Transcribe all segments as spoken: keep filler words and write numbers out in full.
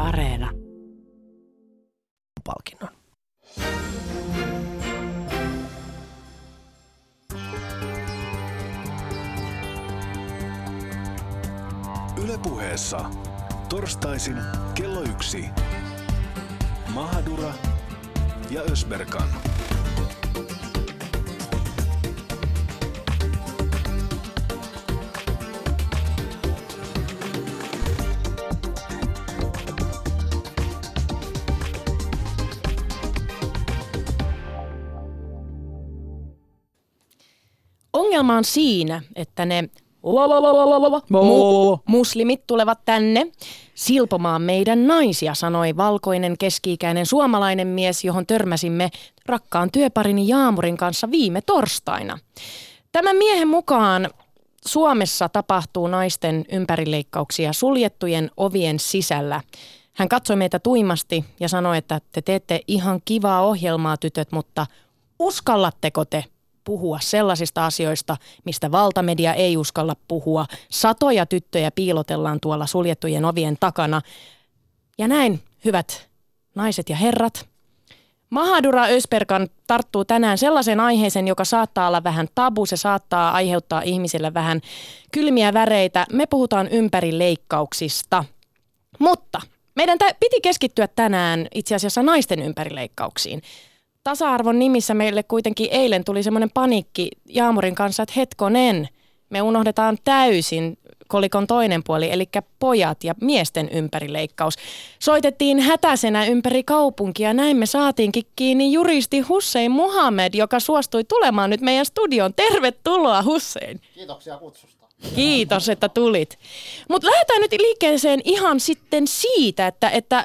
Areena. Palkinnon. Yle Puheessa torstaisin kello yksi. Mahadura ja Ösberkan. Ongelma on siinä, että ne muslimit tulevat tänne silpomaan meidän naisia, sanoi valkoinen keski-ikäinen suomalainen mies, johon törmäsimme rakkaan työparini Jaamurin kanssa viime torstaina. Tämän miehen mukaan Suomessa tapahtuu naisten ympärileikkauksia suljettujen ovien sisällä. Hän katsoi meitä tuimasti ja sanoi, että te teette ihan kivaa ohjelmaa, tytöt, mutta uskallatteko te puhua sellaisista asioista, mistä valtamedia ei uskalla puhua? Satoja tyttöjä piilotellaan tuolla suljettujen ovien takana. Ja näin, hyvät naiset ja herrat, Mahadura Ösberkan tarttuu tänään sellaisen aiheeseen, joka saattaa olla vähän tabu, se saattaa aiheuttaa ihmisille vähän kylmiä väreitä. Me puhutaan ympärileikkauksista, mutta meidän tä- piti keskittyä tänään itse asiassa naisten ympärileikkauksiin. Tasa-arvon nimissä meille kuitenkin eilen tuli semmoinen paniikki Jaamurin kanssa, että hetkonen, me unohdetaan täysin kolikon toinen puoli, eli pojat ja miesten ympärileikkaus. Soitettiin hätäisenä ympäri kaupunkia, näin me saatiinkin kiinni juristi Hussein Muhammed, joka suostui tulemaan nyt meidän studioon. Tervetuloa, Hussein. Kiitoksia kutsusta. Kiitos, että tulit. Mutta lähdetään nyt liikkeeseen ihan sitten siitä, että, että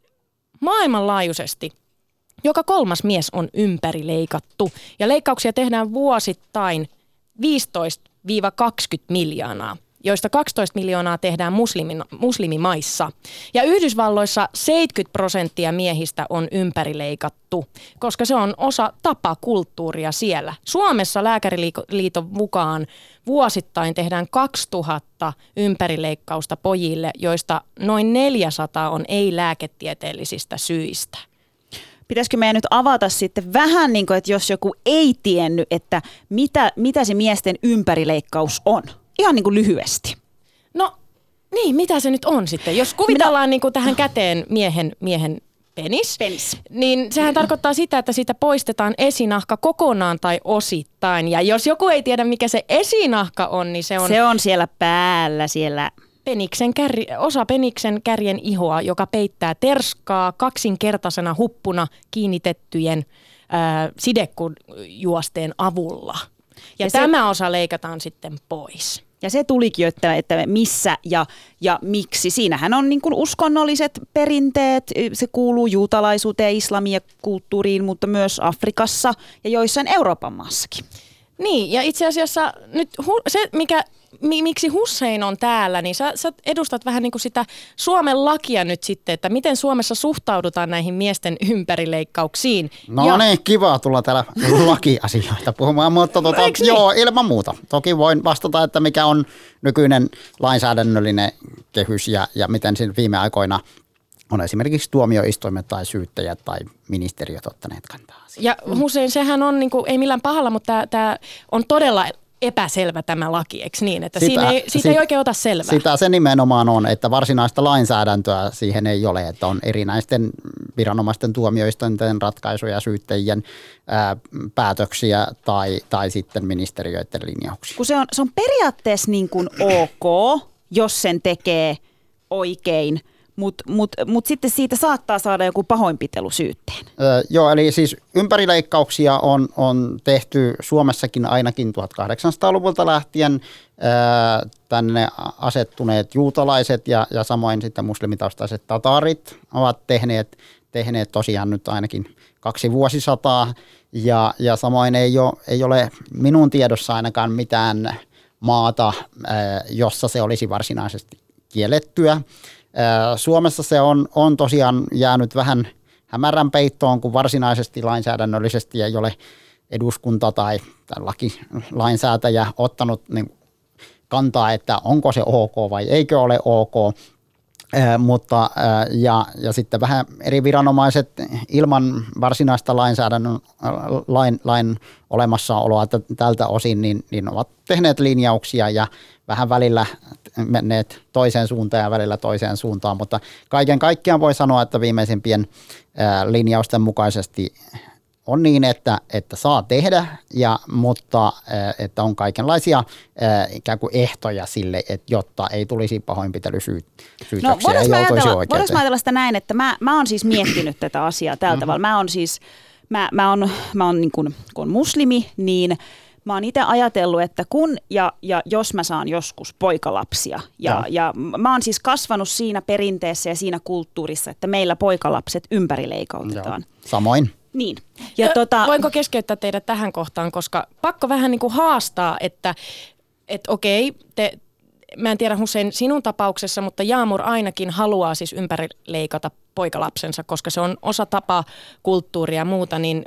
maailmanlaajuisesti joka kolmas mies on ympärileikattu ja leikkauksia tehdään vuosittain viisitoista kaksikymmentä miljoonaa, joista kaksitoista miljoonaa tehdään muslimin, muslimimaissa. Ja Yhdysvalloissa seitsemänkymmentä prosenttia miehistä on ympärileikattu, koska se on osa tapakulttuuria siellä. Suomessa Lääkäriliiton mukaan vuosittain tehdään kaksituhatta ympärileikkausta pojille, joista noin neljäsataa on ei-lääketieteellisistä syistä. Pitäisikö meidän nyt avata sitten vähän, niin kuin, että jos joku ei tiennyt, että mitä, mitä se miesten ympärileikkaus on? Ihan niin kuin lyhyesti. No niin, mitä se nyt on sitten? Jos kuvitellaan Minä... niin kuin tähän käteen miehen, miehen penis, penis, niin sehän tarkoittaa sitä, että siitä poistetaan esinahka kokonaan tai osittain. Ja jos joku ei tiedä, mikä se esinahka on, niin se on... Se on siellä päällä, siellä... Peniksen kärri, osa peniksen kärjen ihoa, joka peittää terskaa kaksinkertaisena huppuna kiinnitettyjen ää, sidekujuosteen avulla. Ja, ja tämä se, osa leikataan sitten pois. Ja se tulikin, että, että missä ja, ja miksi. Siinähän on niin kuin uskonnolliset perinteet, se kuuluu juutalaisuuteen, islamiin ja kulttuuriin, mutta myös Afrikassa ja joissain Euroopan maassakin. Niin, ja itse asiassa nyt hu, se, mikä... Miksi Hussein on täällä, niin sä, sä edustat vähän niin kuin sitä Suomen lakia nyt sitten, että miten Suomessa suhtaudutaan näihin miesten ympärileikkauksiin. No ja... niin, kiva tulla täällä lakiasioita puhumaan, mutta tuota, niin? joo, ilman muuta. Toki voin vastata, että mikä on nykyinen lainsäädännöllinen kehys ja, ja miten siinä viime aikoina on esimerkiksi tuomioistuimet tai syyttäjät tai ministeriöt ottaneet kantaa. Ja Hussein, sehän on niin kuin, ei millään pahalla, mutta tämä on todella epäselvä tämä laki, eikö niin? Että sitä, siinä ei, siitä sit, ei oikein ota selvää. Sitä se nimenomaan on, että varsinaista lainsäädäntöä siihen ei ole, että on erinäisten viranomaisten tuomioistuinten ratkaisuja, syyttäjien ää, päätöksiä tai, tai sitten ministeriöiden linjauksia. Kun se on, se on periaatteessa niin kuin ok, jos sen tekee oikein, mutta mut, mut sitten siitä saattaa saada joku pahoinpitelusyytteen. Öö, joo, eli siis ympärileikkauksia on, on tehty Suomessakin ainakin tuhatkahdeksansataaluvulta lähtien. Öö, tänne asettuneet juutalaiset ja, ja samoin sitten muslimitaustaiset tatarit ovat tehneet, tehneet tosiaan nyt ainakin kaksi vuosisataa. Ja, ja samoin ei ole, ei ole minun tiedossa ainakaan mitään maata, öö, jossa se olisi varsinaisesti kiellettyä. Suomessa se on, on tosiaan jäänyt vähän hämärän peittoon, kun varsinaisesti lainsäädännöllisesti ei ole eduskunta tai laki, lainsäätäjä ottanut niin kantaa, että onko se ok vai eikö ole ok. Äh, mutta, äh, ja, ja sitten vähän eri viranomaiset ilman varsinaista lainsäädännön äh, lain, lain olemassaoloa t- tältä osin, niin, niin ovat tehneet linjauksia ja vähän välillä menneet toiseen suuntaan ja välillä toiseen suuntaan, mutta kaiken kaikkiaan voi sanoa, että viimeisimpien äh, linjausten mukaisesti on niin, että, että saa tehdä, ja, mutta että on kaikenlaisia äh, ikään kuin ehtoja sille, että jotta ei tulisi pahoinpitelysyytöksiä no, ja ei joutuisi oikeuteen. Voidaanko mä ajatella sitä näin, että mä, mä oon siis miettinyt tätä asiaa tällä mm-hmm. tavalla. Mä oon siis, mä, mä oon, mä oon niin kuin, kun muslimi, niin mä oon itse ajatellut, että kun ja, ja jos mä saan joskus poikalapsia, ja, ja mä oon siis kasvanut siinä perinteessä ja siinä kulttuurissa, että meillä poikalapset ympärileikautetaan. Joo. Samoin. Niin. Ja Ö, tota, voinko keskeyttää teidät tähän kohtaan, koska pakko vähän niin kuin haastaa, että et okei, te, mä en tiedä Hussein sinun tapauksessa, mutta Jaamur ainakin haluaa siis ympärileikata poikalapsensa, koska se on osa tapa, kulttuuria ja muuta, niin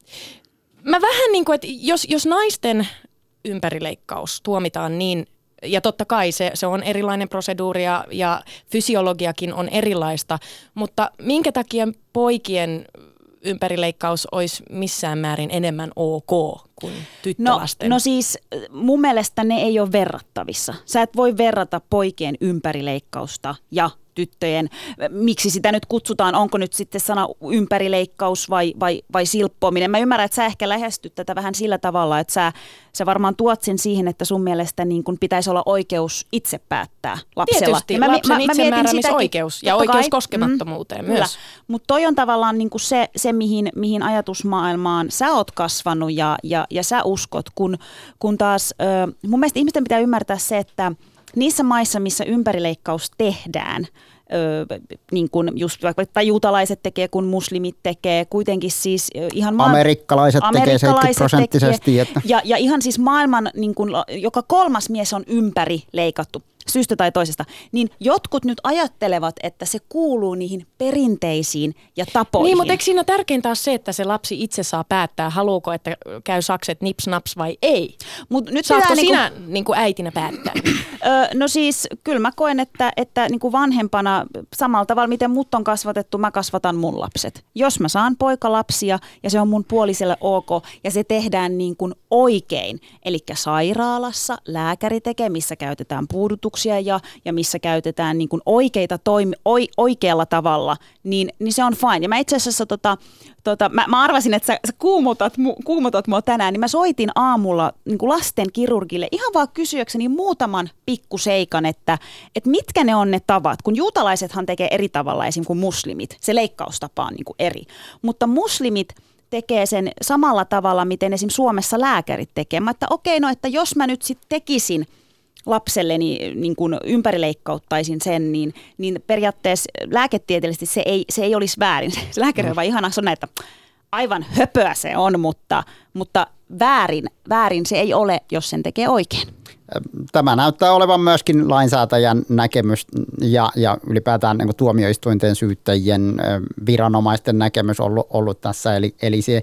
mä vähän niin kuin, että jos, jos naisten ympärileikkaus tuomitaan niin, ja totta kai se, se on erilainen proseduuri ja, ja fysiologiakin on erilaista, mutta minkä takia poikien ympärileikkaus olisi missään määrin enemmän ok kuin tyttölasten? No, no siis mun mielestä ne ei ole verrattavissa. Sä et voi verrata poikien ympärileikkausta ja tyttöjen, miksi sitä nyt kutsutaan, onko nyt sitten sana ympärileikkaus vai, vai, vai silppominen. Mä ymmärrän, että sä ehkä lähestyt tätä vähän sillä tavalla, että sä, sä varmaan tuot sen siihen, että sun mielestä niin kun pitäisi olla oikeus itse päättää lapsella. Tietysti, mä, lapsen mä, mä itsemääräämisoikeus ja oikeus kai, koskemattomuuteen mm, myös. Mutta toi on tavallaan niin kuin se, se mihin, mihin ajatusmaailmaan sä oot kasvanut ja, ja, ja sä uskot, kun, kun taas ö, mun mielestä ihmisten pitää ymmärtää se, että niissä maissa, missä ympärileikkaus tehdään, Öö, niin kuin just vaikka juutalaiset tekee, kun muslimit tekee, kuitenkin siis ihan maailman... Amerikkalaiset, amerikkalaiset tekee seitsemänkymmentä prosenttisesti. Että... Ja, ja ihan siis maailman, niin kuin, joka kolmas mies on ympärileikattu syystä tai toisesta, niin jotkut nyt ajattelevat, että se kuuluu niihin perinteisiin ja tapoihin. Niin, mutta eikö siinä tärkeintä ole se, että se lapsi itse saa päättää, haluuko, että käy sakset nips naps vai ei? Mut nyt saatko sinä niinku, niin kuin äitinä päättää? Öö, no siis kyllä mä koen, että, että niin kuin vanhempana samalla tavalla, miten mut on kasvatettu, mä kasvatan mun lapset. Jos mä saan poikalapsia ja se on mun puoliselle ok ja se tehdään niin kuin oikein, eli sairaalassa lääkäri tekee, missä käytetään puudutuksia ja, ja missä käytetään niin kuin oikeita toimi, oi, oikealla tavalla, niin, niin se on fine. Ja mä itse asiassa, tota, tota, mä, mä arvasin, että sä, sä kuumutat, mu, kuumutat mua tänään, niin mä soitin aamulla niin kuin lasten kirurgille ihan vaan kysyäkseni muutaman pikkuseikan, että, että mitkä ne on ne tavat. Kun juutalaisethan tekee eri tavalla esim. Kuin muslimit, se leikkaustapa on niin kuin eri, mutta muslimit tekee sen samalla tavalla, miten esim. Suomessa lääkärit tekee. Mä että okei, no että jos mä nyt sitten tekisin lapselleni niin kuin ympärileikkauttaisin sen, niin, niin periaatteessa lääketieteellisesti se ei, se ei olisi väärin. Se lääkäri on vaan ihana sanoa, että aivan höpöä se on, mutta, mutta väärin, väärin se ei ole, jos sen tekee oikein. Tämä näyttää olevan myöskin lainsäätäjän näkemys ja, ja ylipäätään niin kuin tuomioistuinten, syyttäjien, viranomaisten näkemys ollut, ollut tässä. Eli, eli se,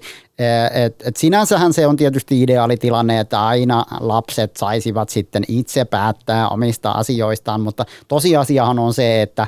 et, et sinänsähän se on tietysti ideaalitilanne, että aina lapset saisivat sitten itse päättää omista asioistaan, mutta tosiasiahan on se, että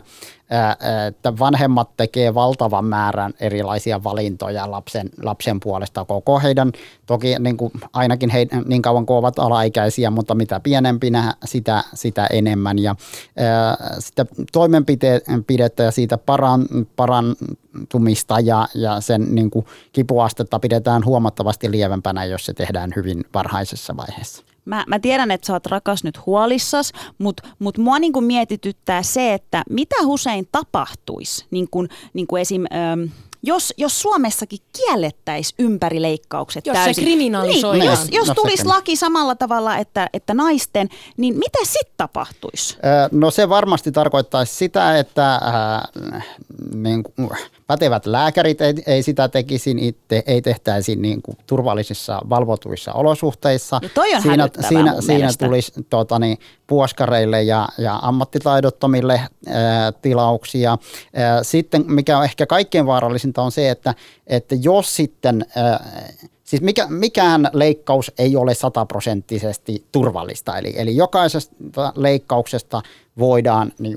että vanhemmat tekee valtavan määrän erilaisia valintoja lapsen, lapsen puolesta koko heidän, toki niin kuin ainakin he, niin kauan kuin ovat alaikäisiä, mutta mitä pienempinä sitä, sitä enemmän ja ää, sitä toimenpidettä ja siitä paran, parantumista ja, ja sen niin kuin kipuastetta pidetään huomattavasti lievempänä, jos se tehdään hyvin varhaisessa vaiheessa. Mä, mä tiedän, että sä oot rakas nyt huolissas, mutta mut mua niinku mietityttää se, että mitä usein tapahtuisi, niin kuin niin esim. Äm, jos, jos Suomessakin kiellettäisiin ympärileikkaukset jos täysin. Jos se kriminalisoidaan. Niin, jos jos no, tulisi laki samalla tavalla, että, että naisten, niin mitä sitten tapahtuisi? No se varmasti tarkoittaisi sitä, että äh, niin kuin, pätevät lääkärit ei, ei sitä tekisi, itse, ei tehtäisi niin kuin turvallisissa valvotuissa olosuhteissa. No toi on siinä siinä, siinä mielestä. tulisi tota, niin, puoskareille ja, ja ammattitaidottomille ää, tilauksia. Ää, sitten mikä on ehkä kaikkein vaarallisinta on se, että, että jos sitten... Ää, Siis mikä, mikään leikkaus ei ole sataprosenttisesti turvallista, eli, eli jokaisesta leikkauksesta voidaan niin,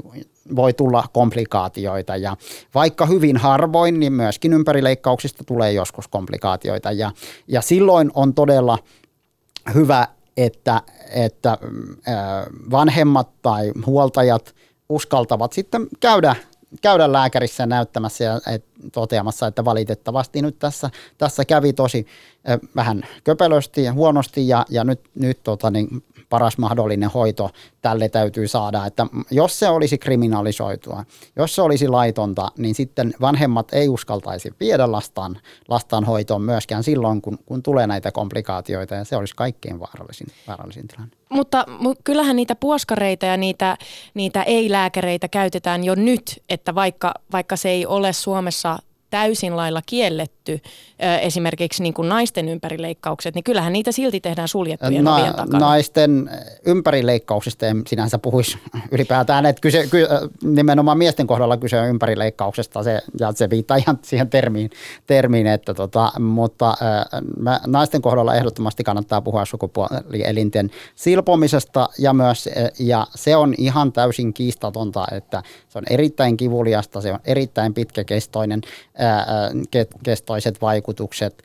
voi tulla komplikaatioita ja vaikka hyvin harvoin, niin myöskin ympärileikkauksista tulee joskus komplikaatioita ja, ja silloin on todella hyvä, että, että vanhemmat tai huoltajat uskaltavat sitten käydä käydä lääkärissä näyttämässä ja et, toteamassa, että valitettavasti nyt tässä, tässä kävi tosi äh, vähän köpelösti ja huonosti ja, ja nyt, nyt tota, niin paras mahdollinen hoito tälle täytyy saada. Että jos se olisi kriminalisoitua, jos se olisi laitonta, niin sitten vanhemmat ei uskaltaisi viedä lastaan, lastaan hoitoon myöskään silloin, kun, kun tulee näitä komplikaatioita ja se olisi kaikkein vaarallisin, vaarallisin tilanne. Mutta kyllähän niitä puoskareita ja niitä, niitä ei-lääkäreitä käytetään jo nyt, että vaikka, vaikka se ei ole Suomessa täysin lailla kielletty, esimerkiksi niin kuin naisten ympärileikkaukset, niin kyllähän niitä silti tehdään suljettujen Na, ovien takana. Naisten ympärileikkauksista en sinänsä puhuisi ylipäätään, että kyse, ky, nimenomaan miesten kohdalla kyse on ympärileikkauksesta, se, ja se viittaa ihan siihen termiin, termiin että tota, mutta ä, naisten kohdalla ehdottomasti kannattaa puhua sukupuolielinten silpomisesta, ja, myös, ja se on ihan täysin kiistatonta, että se on erittäin kivuliasta, se on erittäin pitkäkestoinen, ä, kestoiset vaikutukset.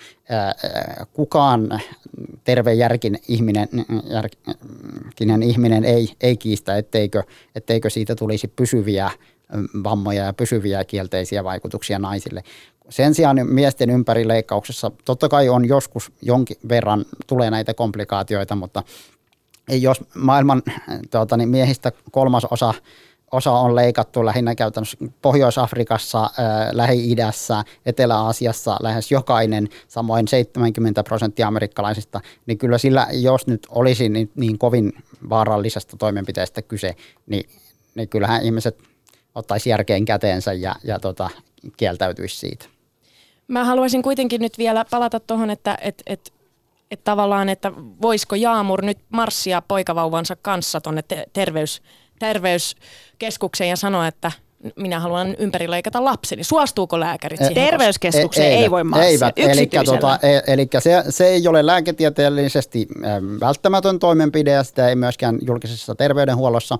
Kukaan tervejärkinen ihminen, järkinen ihminen ei, ei kiistä, etteikö, etteikö siitä tulisi pysyviä vammoja ja pysyviä kielteisiä vaikutuksia naisille. Sen sijaan miesten ympärileikkauksessa totta kai on joskus jonkin verran tulee näitä komplikaatioita, mutta jos maailman tuota, niin miehistä kolmas osa Osa on leikattu lähinnä käytännössä Pohjois-Afrikassa, Lähi-idässä, Etelä-Aasiassa lähes jokainen, samoin seitsemänkymmentä prosenttia amerikkalaisista, niin kyllä sillä, jos nyt olisi niin, niin kovin vaarallisesta toimenpiteestä kyse, niin, niin kyllähän ihmiset ottaisi järkeen käteensä ja, ja tota, kieltäytyisi siitä. Mä haluaisin kuitenkin nyt vielä palata tuohon, että et, et, et tavallaan, että voisiko Jaamur nyt marssia poikavauvansa kanssa tuonne te- terveys terveyskeskukseen ja sanoa, että minä haluan ympärileikata lapseni. Suostuuko lääkärit siihen? Terveyskeskukseen ei, ei voi marssia. Elikkä, tota, eli se, se ei ole lääketieteellisesti välttämätön toimenpide ja sitä ei myöskään julkisessa terveydenhuollossa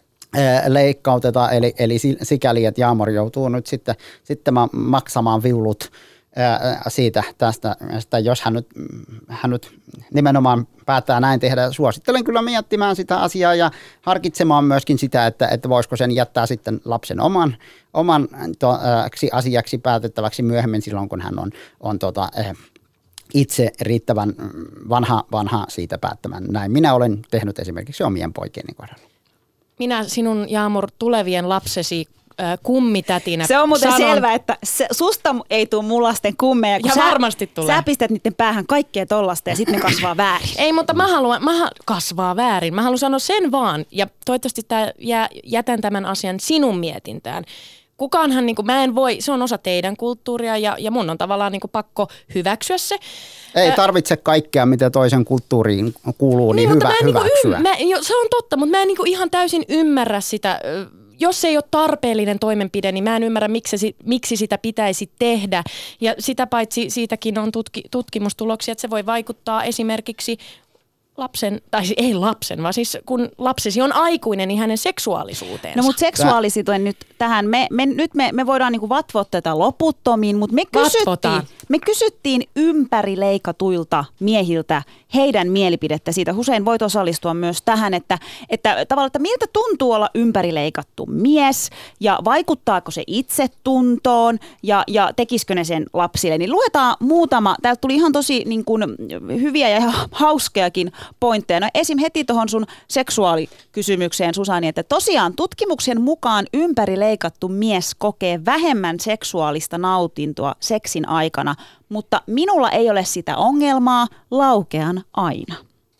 leikkauteta. Eli, eli sikäli, että Jaamor joutuu nyt sitten, sitten maksamaan viulut siitä tästä, että jos hän nyt, hän nyt nimenomaan päättää näin tehdä, suosittelen kyllä miettimään sitä asiaa ja harkitsemaan myöskin sitä, että, että voisiko sen jättää sitten lapsen oman, oman to, äh, asiaksi päätettäväksi myöhemmin silloin, kun hän on, on tota, äh, itse riittävän vanha, vanha siitä päättämään. Näin minä olen tehnyt esimerkiksi omien poikieni kohdalla. Minä sinun, Jaamur, tulevien lapsesi kummitätinä. Se on muuten sanon, selvä, että se, susta ei tule mun lasten kummeja. Ja sä, varmasti tulee. Sä pistät niiden päähän kaikkea tollasta ja sitten ne kasvaa väärin. Ei, mutta mä haluan, mä kasvaa väärin. Mä haluan sanoa sen vaan, ja toivottavasti tää jää, jätän tämän asian sinun mietintään. Kukaanhan, niin kuin, mä en voi, se on osa teidän kulttuuria ja, ja mun on tavallaan niin kuin, pakko hyväksyä se. Ei tarvitse kaikkea, mitä toisen kulttuuriin kuuluu, niin, niin hyvä, hyväksyä. Niin mä, y- se on totta, mutta mä en niin kuin, ihan täysin ymmärrä sitä. Jos se ei ole tarpeellinen toimenpide, niin mä en ymmärrä, miksi, miksi sitä pitäisi tehdä. Ja sitä paitsi siitäkin on tutki, tutkimustuloksia, että se voi vaikuttaa esimerkiksi lapsen, tai ei lapsen, vaan siis kun lapsesi on aikuinen, niin hänen seksuaalisuuteensa. No mutta seksuaalisuuteen nyt tähän, me, me, nyt me, me voidaan niinku vatvoa tätä loputtomiin, mutta me kysyttiin, me kysyttiin ympärileikatuilta miehiltä heidän mielipidettä siitä. Hussein voit osallistua myös tähän, että, että tavallaan, että miltä tuntuu olla ympärileikattu mies ja vaikuttaako se itsetuntoon ja, ja tekisikö ne sen lapsille. Niin luetaan muutama, täältä tuli ihan tosi niin kuin, hyviä ja hauskeakin pointteja. No esim. Heti tuohon sun seksuaalikysymykseen, Susani, että tosiaan tutkimuksen mukaan ympärileikattu mies kokee vähemmän seksuaalista nautintoa seksin aikana, mutta minulla ei ole sitä ongelmaa, laukean aina.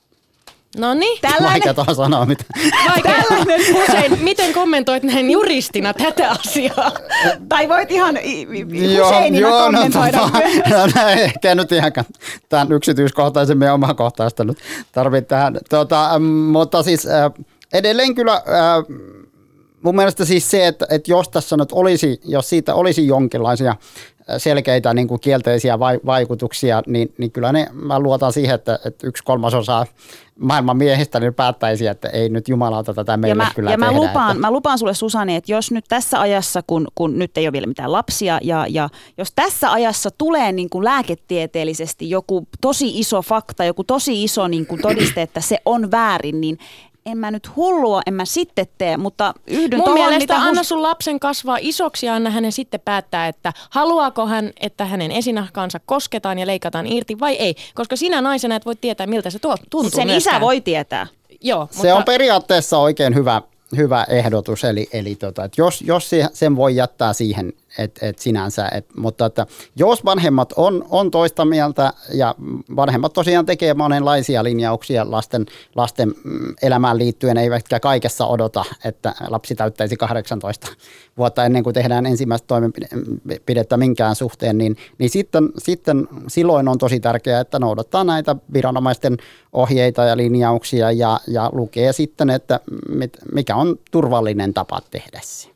No niin. Vaikea tuohon sanoa mitä. Tällainen. Hussein, miten kommentoit näin juristina tätä asiaa? Tai voit ihan Husseinina kommentoida. No, no, no, ehkä nyt ihan tämän yksityiskohtaisemmin ja omakohtaista nyt tarvitse tähän. Tota, mutta siis edelleen kyllä mun mielestä siis se, että, että jos tässä nyt olisi, jos siitä olisi jonkinlaisia selkeitä niin kuin kielteisiä vaikutuksia, niin, niin kyllä ne, mä luotan siihen, että, että yksi kolmasosa maailman miehistä niin päättäisi, että ei nyt jumalauta tätä meille ja mä, kyllä ja tehdä. mä lupaan, että... mä lupaan sulle, Susani, että jos nyt tässä ajassa, kun, kun nyt ei ole vielä mitään lapsia, ja, ja jos tässä ajassa tulee niin kuin lääketieteellisesti joku tosi iso fakta, joku tosi iso niin kuin todiste, että se on väärin, niin en mä nyt hullua, en mä sitten tee, mutta yhdyn Mun tuohon, mielestä mitä anna hus... sun lapsen kasvaa isoksi ja anna hänen sitten päättää, että haluaako hän, että hänen esinahkansa kosketaan ja leikataan irti vai ei. Koska sinä naisena et voi tietää, miltä se tuo, tuntuu Sen myöskään. isä voi tietää. Joo, Se mutta... on periaatteessa oikein hyvä, hyvä ehdotus, eli, eli tota, että jos, jos sen voi jättää siihen, et, et sinänsä, et, mutta että jos vanhemmat on, on toista mieltä ja vanhemmat tosiaan tekee monenlaisia linjauksia lasten, lasten elämään liittyen, eivätkä kaikessa odota, että lapsi täyttäisi kahdeksantoista vuotta ennen kuin tehdään ensimmäistä toimenpidettä minkään suhteen, niin, niin sitten, sitten silloin on tosi tärkeää, että noudattaa näitä viranomaisten ohjeita ja linjauksia ja, ja lukee sitten, että mit, mikä on turvallinen tapa tehdä se.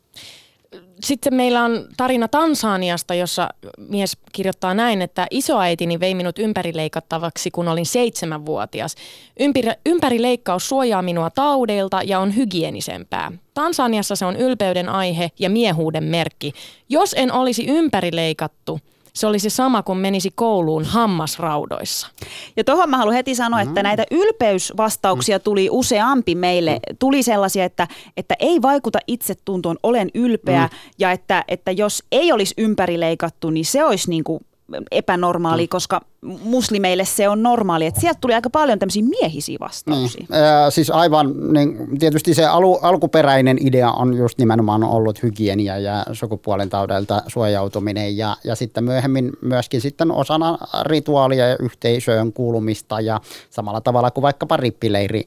Sitten meillä on tarina Tansaniasta, jossa mies kirjoittaa näin, että isoäitini vei minut ympärileikattavaksi, kun olin seitsemänvuotias. Ympir- ympärileikkaus suojaa minua taudeilta ja on hygienisempää. Tansaniassa se on ylpeyden aihe ja miehuuden merkki. Jos en olisi ympärileikattu, se olisi sama kuin menisi kouluun hammasraudoissa. Ja tuohon mä haluan heti sanoa, että näitä ylpeysvastauksia tuli useampi meille. Tuli sellaisia, että, että ei vaikuta itsetuntoon, olen ylpeä. Mm. Ja että, että jos ei olisi ympärileikattu, niin se olisi niin kuin epänormaali, mm. koska muslimeille se on normaali. Että sieltä tuli aika paljon tämmöisiä miehisiä vastauksia. Mm. Äh, siis aivan, niin tietysti se alu, alkuperäinen idea on just nimenomaan ollut hygienia ja sukupuolen taudelta suojautuminen ja, ja sitten myöhemmin myöskin sitten osana rituaalia ja yhteisöön kuulumista ja samalla tavalla kuin vaikkapa rippileiri.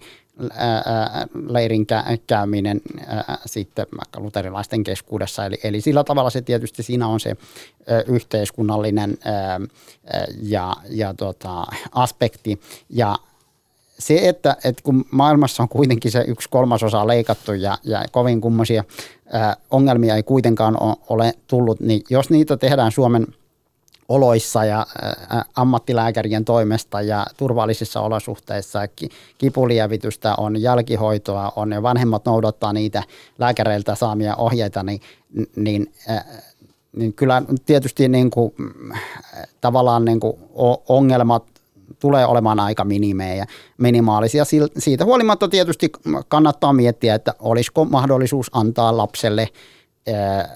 Ää, leirin käyminen ää, sitten vaikka luterilaisten keskuudessa. Eli, eli sillä tavalla se tietysti siinä on se ää, yhteiskunnallinen ää, ja, ja tota, aspekti. Ja se, että, että kun maailmassa on kuitenkin se yksi kolmasosa leikattu ja, ja kovin kummoisia ää, ongelmia ei kuitenkaan ole tullut, niin jos niitä tehdään Suomen oloissa ja ä, ammattilääkärien toimesta ja turvallisissa olosuhteissa, kipulievitystä on, jälkihoitoa on ja vanhemmat noudattaa niitä lääkäreiltä saamia ohjeita, niin, niin, ä, niin kyllä tietysti niin kuin, tavallaan niin kuin ongelmat tulee olemaan aika minimejä, minimaalisia. Siitä huolimatta tietysti kannattaa miettiä, että olisiko mahdollisuus antaa lapselle ä,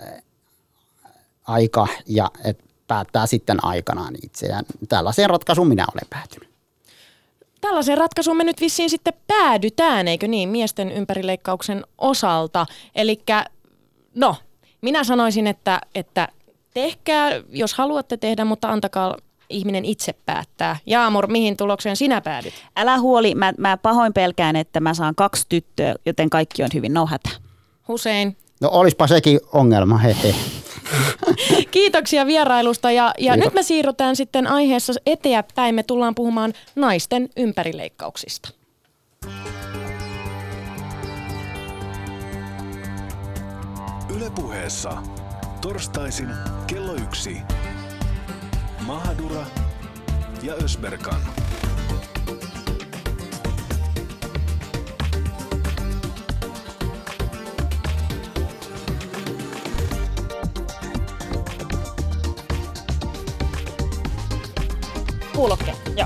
aika ja että päättää sitten aikanaan itse. Ja tällaiseen ratkaisuun minä olen päätynyt. Tällaiseen ratkaisuun me nyt vissiin sitten päädytään, eikö niin, miesten ympärileikkauksen osalta. Elikkä, no, minä sanoisin, että, että tehkää, jos haluatte tehdä, mutta antakaa ihminen itse päättää. Jaamur, mihin tulokseen sinä päädyt? Älä huoli, mä, mä pahoin pelkään, että mä saan kaksi tyttöä, joten kaikki on hyvin, no hätä. Hussein. No olispa sekin ongelma, hehe. Kiitoksia vierailusta ja, ja nyt me siirrytään sitten aiheessa eteenpäin. Me tullaan puhumaan naisten ympärileikkauksista. Yle Puheessa torstaisin kello yksi. Mahadura ja Ösberkan. Kuulokke, joo.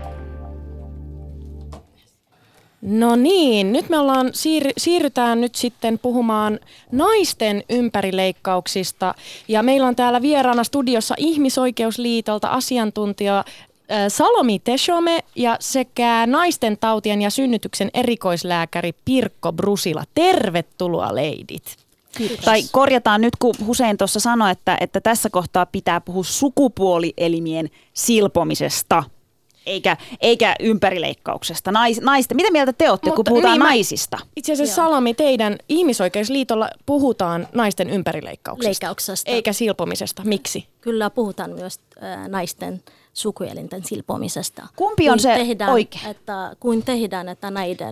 No niin, nyt me ollaan siir- siirrytään nyt sitten puhumaan naisten ympärileikkauksista. Ja meillä on täällä vieraana studiossa Ihmisoikeusliitolta asiantuntija äh, Salomi Teshome ja sekä naisten tautien ja synnytyksen erikoislääkäri Pirkko Brusila. Tervetuloa leidit. Kiitos. Tai korjataan nyt, kun Hussein tuossa sanoi, että, että tässä kohtaa pitää puhua sukupuolielimien silpomisesta, eikä, eikä ympärileikkauksesta. Nais, naista. Mitä mieltä te olette, kun puhutaan niin, naisista? Itse asiassa Joo. Salomi, teidän Ihmisoikeusliitolla puhutaan naisten ympärileikkauksesta, leikkauksesta. Eikä silpomisesta. Miksi? Kyllä puhutaan myös äh, naisten sukuelinten silpomisesta. Kumpi on kuin se tehdään, oikein? Että, kuin tehdään, että näiden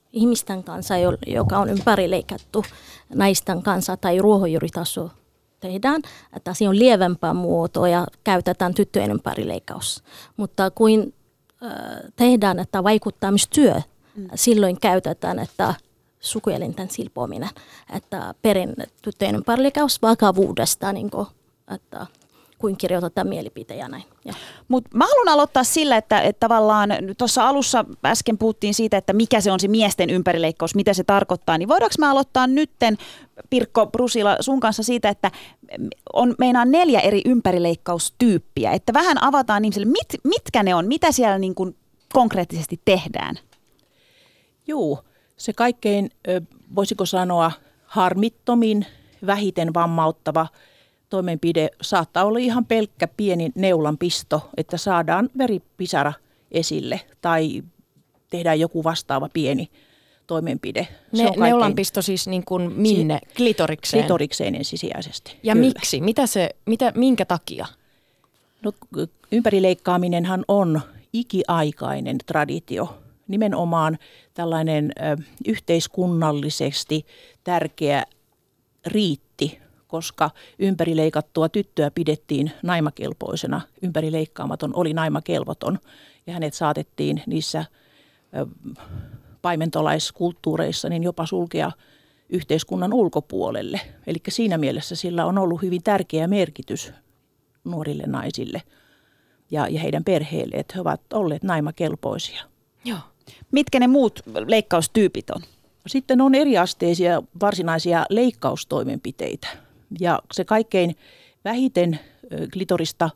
ihmisten kanssa, joka on ympärileikattu naisten kanssa tai ruohonjuuritaso tehdään, että siinä on lievempää muotoa ja käytetään tyttöjen ympärileikkaus. Mutta kun äh, tehdään, että vaikuttamistyö, mm. silloin käytetään, että sukuelinten silpominen, että perin tyttöjen ympärileikkaus vakavuudesta, niin kuin, että kuin kirjoitetaan mielipiteitä ja näin. Mutta mä haluan aloittaa sillä, että, että tavallaan tuossa alussa äsken puhuttiin siitä, että mikä se on se miesten ympärileikkaus, mitä se tarkoittaa, niin voidaanko mä aloittaa nytten, Pirkko Brusila, sun kanssa siitä, että on meinaan neljä eri ympärileikkaustyyppiä, että vähän avataan ihmisille, mit, mitkä ne on, mitä siellä niin kuin konkreettisesti tehdään? Juu, se kaikkein, voisiko sanoa, harmittomin, vähiten vammauttava toimenpide saattaa olla ihan pelkkä pieni neulanpisto, että saadaan veripisara esille tai tehdään joku vastaava pieni toimenpide. Ne, kaikkein, neulanpisto siis niin kuin minne? Si- klitorikseen? Klitorikseen ensisijaisesti. Ja kyllä. Miksi? Mitä se, mitä, minkä takia? No, ympärileikkaaminenhan on ikiaikainen traditio. Nimenomaan tällainen ö, yhteiskunnallisesti tärkeä riitti, koska ympärileikattua tyttöä pidettiin naimakelpoisena. Ympärileikkaamaton oli naimakelvoton ja hänet saatettiin niissä ö, paimentolaiskulttuureissa niin jopa sulkea yhteiskunnan ulkopuolelle. Eli siinä mielessä sillä on ollut hyvin tärkeä merkitys nuorille naisille ja, ja heidän perheille, että he ovat olleet naimakelpoisia. Joo. Mitkä ne muut leikkaustyypit on? Sitten on eriasteisia varsinaisia leikkaustoimenpiteitä. Ja se kaikkein vähiten klitorista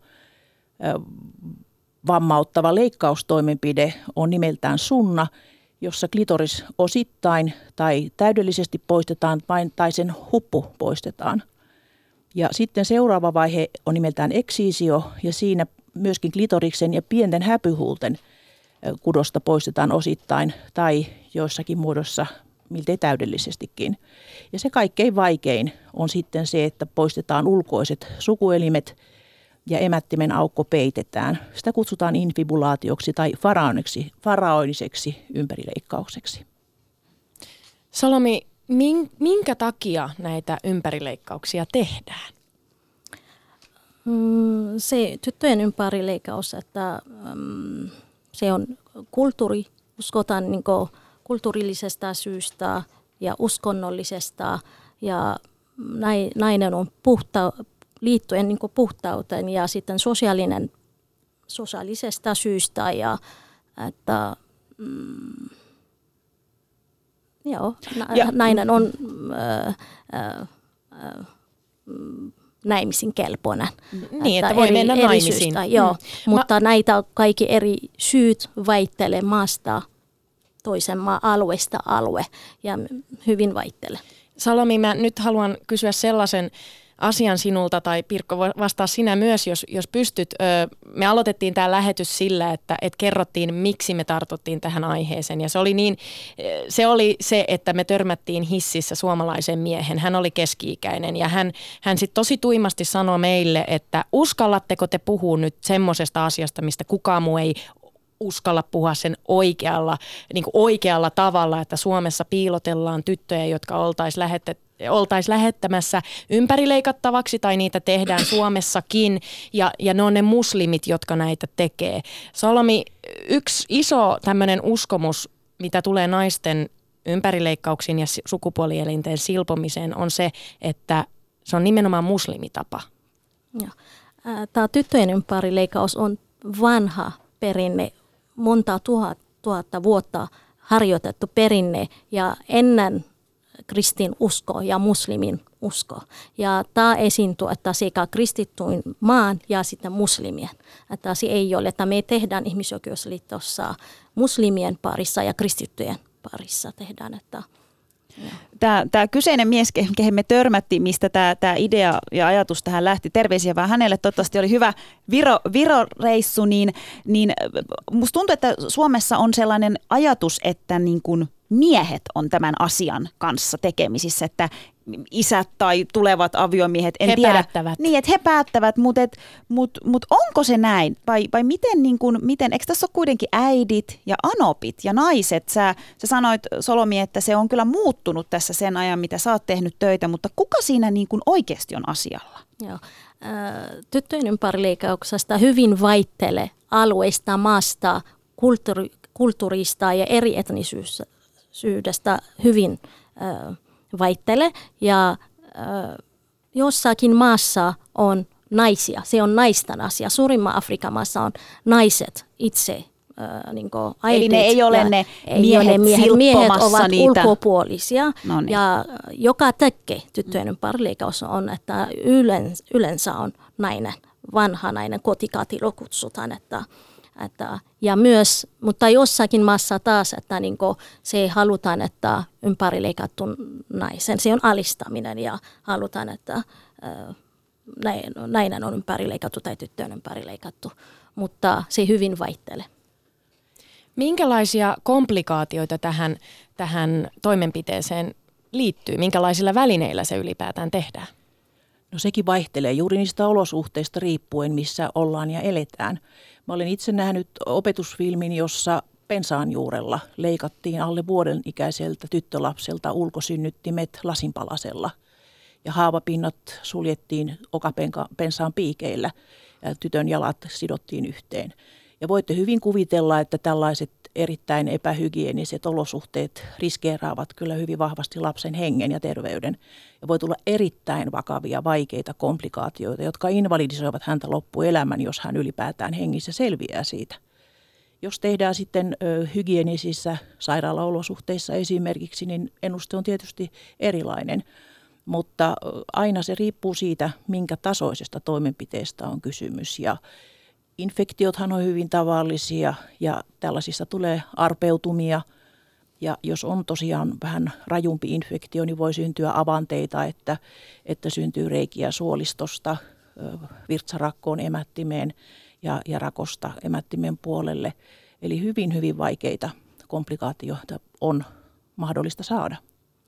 vammauttava leikkaustoimenpide on nimeltään sunna, jossa klitoris osittain tai täydellisesti poistetaan vain tai sen huppu poistetaan. Ja sitten seuraava vaihe on nimeltään eksiisio ja siinä myöskin klitoriksen ja pienten häpyhuulten kudosta poistetaan osittain tai joissakin muodossa miltei täydellisestikin. Ja se kaikkein vaikein on sitten se, että poistetaan ulkoiset sukuelimet ja emättimen aukko peitetään. Sitä kutsutaan infibulaatioksi tai faraoniseksi, faraoniseksi ympärileikkaukseksi. Salomi, minkä takia näitä ympärileikkauksia tehdään? Se tyttöjen ympärileikkaus, että um, se on kulttuuri, uskotaan niin kuin kulttuurillisesta syystä ja uskonnollisesta ja nainen on puhta, liittyen niin kuin puhtauteen ja sitten sosiaalinen, sosiaalisesta syystä ja että mm, joo, ja, nainen on äh, äh, äh, naimisiin kelpoinen. Niin, että voi eri, mennä naimisiin. Syystä, joo, mm. Mutta Ma- näitä kaikki eri syyt vaihtelee maasta toisen maan alueesta alue ja hyvin vaihtelee. Salomi, mä nyt haluan kysyä sellaisen asian sinulta, tai Pirkko vastaa sinä myös, jos, jos pystyt. Me aloitettiin tämä lähetys sillä, että et kerrottiin, miksi me tartuttiin tähän aiheeseen. Ja se oli, niin, se oli se, että me törmättiin hississä suomalaisen miehen. Hän oli keski-ikäinen ja hän, hän sitten tosi tuimasti sanoi meille, että uskallatteko te puhua nyt semmoisesta asiasta, mistä kukaan muu ei uskalla puhua sen oikealla, niin kuin oikealla tavalla, että Suomessa piilotellaan tyttöjä, jotka oltaisiin lähetetty oltaisiin lähettämässä ympärileikattavaksi tai niitä tehdään Suomessakin ja, ja ne on ne muslimit, jotka näitä tekee. Salomi, yksi iso tämmöinen uskomus, mitä tulee naisten ympärileikkauksiin ja sukupuolielinten silpomiseen on se, että se on nimenomaan muslimitapa. Tämä tyttöjen ympärileikkaus on vanha perinne, monta tuhat, tuhatta vuotta harjoitettu perinne ja ennen kristin usko ja muslimin usko. Ja tämä esiintyy, että sekä kristittyyn maan ja sitten muslimien. Että se ei ole, että me tehdään ihmisoikeusliitossa muslimien parissa ja kristittyjen parissa tehdään. Että, tämä, tämä kyseinen mies, kehen me törmättiin, mistä tämä, tämä idea ja ajatus tähän lähti, terveisiä vaan hänelle, toivottavasti oli hyvä Viro, Viro-reissu, niin, niin musta tuntuu, että Suomessa on sellainen ajatus, että niin kuin miehet on tämän asian kanssa tekemisissä, että isät tai tulevat aviomiehet, en he tiedä. Päättävät. Niin, että he päättävät, mutta et, mut, mut onko se näin? Vai, vai miten, niin kun, miten, eikö tässä ole kuitenkin äidit ja anopit ja naiset? Sä, sä sanoit, Solomi, että se on kyllä muuttunut tässä sen ajan, mitä sä oot tehnyt töitä, mutta kuka siinä niin kun oikeasti on asialla? Joo. Tyttöjen ympärileikkauksesta hyvin vaihtelee alueista, maasta, kulttuuri, kulttuurista ja eri etnisyydestä hyvin äh, vaihtelee. Ja äh, jossakin maassa on naisia, se on naisten asia. Suurimman Afrikan maassa on naiset itse. Äh, niin Eli ne ei ole ne miehet, ole miehet. Miehet ovat niitä. ulkopuolisia. No niin. Ja joka tekee tyttöjen ympärileikkaus on, että yleensä, yleensä on nainen, vanha nainen, kotikatilo kutsutaan. Että, että, ja myös, mutta jossakin maassa taas, että niin se halutaan, että ympärileikattu naisen, se on alistaminen ja halutaan, että äh, nainen on ympärileikattu tai tyttö on ympärileikattu, mutta se hyvin vaihtelee. Minkälaisia komplikaatioita tähän, tähän toimenpiteeseen liittyy? Minkälaisilla välineillä se ylipäätään tehdään? No sekin vaihtelee juuri niistä olosuhteista riippuen, missä ollaan ja eletään. Mä olen itse nähnyt opetusfilmin, jossa pensaanjuurella leikattiin alle vuoden ikäiseltä tyttölapselta ulkosynnyttimet lasinpalasella. Ja haavapinnat suljettiin okapensaan piikeillä ja tytön jalat sidottiin yhteen. Ja voitte hyvin kuvitella, että tällaiset erittäin epähygieniset olosuhteet riskeeraavat kyllä hyvin vahvasti lapsen hengen ja terveyden. Ja voi tulla erittäin vakavia, vaikeita komplikaatioita, jotka invalidisoivat häntä loppuelämän, jos hän ylipäätään hengissä selviää siitä. Jos tehdään sitten ö, hygienisissä sairaalaolosuhteissa esimerkiksi, niin ennuste on tietysti erilainen. Mutta aina se riippuu siitä, minkä tasoisesta toimenpiteestä on kysymys. Ja infektiothan on hyvin tavallisia ja tällaisissa tulee arpeutumia. Ja jos on tosiaan vähän rajumpi infektio, niin voi syntyä avanteita, että, että syntyy reikiä suolistosta virtsarakkoon emättimeen ja, ja rakosta emättimen puolelle. Eli hyvin, hyvin vaikeita komplikaatioita on mahdollista saada.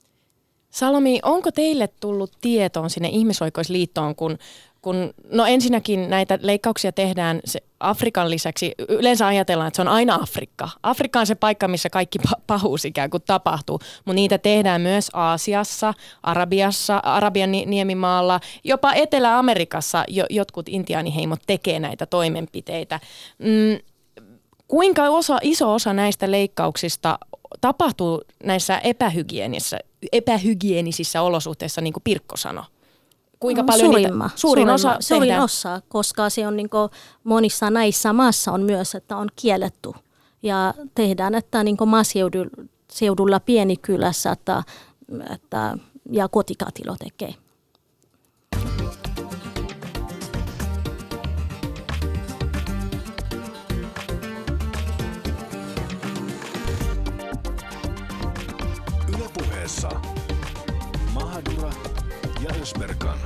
Salomi, onko teille tullut tietoon sinne Ihmisoikeusliittoon, kun, kun no ensinnäkin näitä leikkauksia tehdään se Afrikan lisäksi, yleensä ajatellaan, että se on aina Afrikka. Afrikka on se paikka, missä kaikki pahuus ikään kuin tapahtuu, mutta niitä tehdään myös Aasiassa, Arabiassa, Arabian niemimaalla, jopa Etelä-Amerikassa jo, jotkut intiaaniheimot tekee näitä toimenpiteitä. Mm, kuinka osa, iso osa näistä leikkauksista tapahtuu näissä epähygienisissä, epähygienisissä olosuhteissa, niin kuin Pirkko sanoi? Kuinka paljon Suurimma, niitä, suurin suurimma, osa suurin tehdään? osa, koska se on niin kuin monissa näissä maassa on myös, että on kielletty. Ja tehdään, että niin kuin maaseudulla pieni kylässä, että, että, ja kotikatilo tekee. Yle Puheessa Mahadura ja Ösberkan.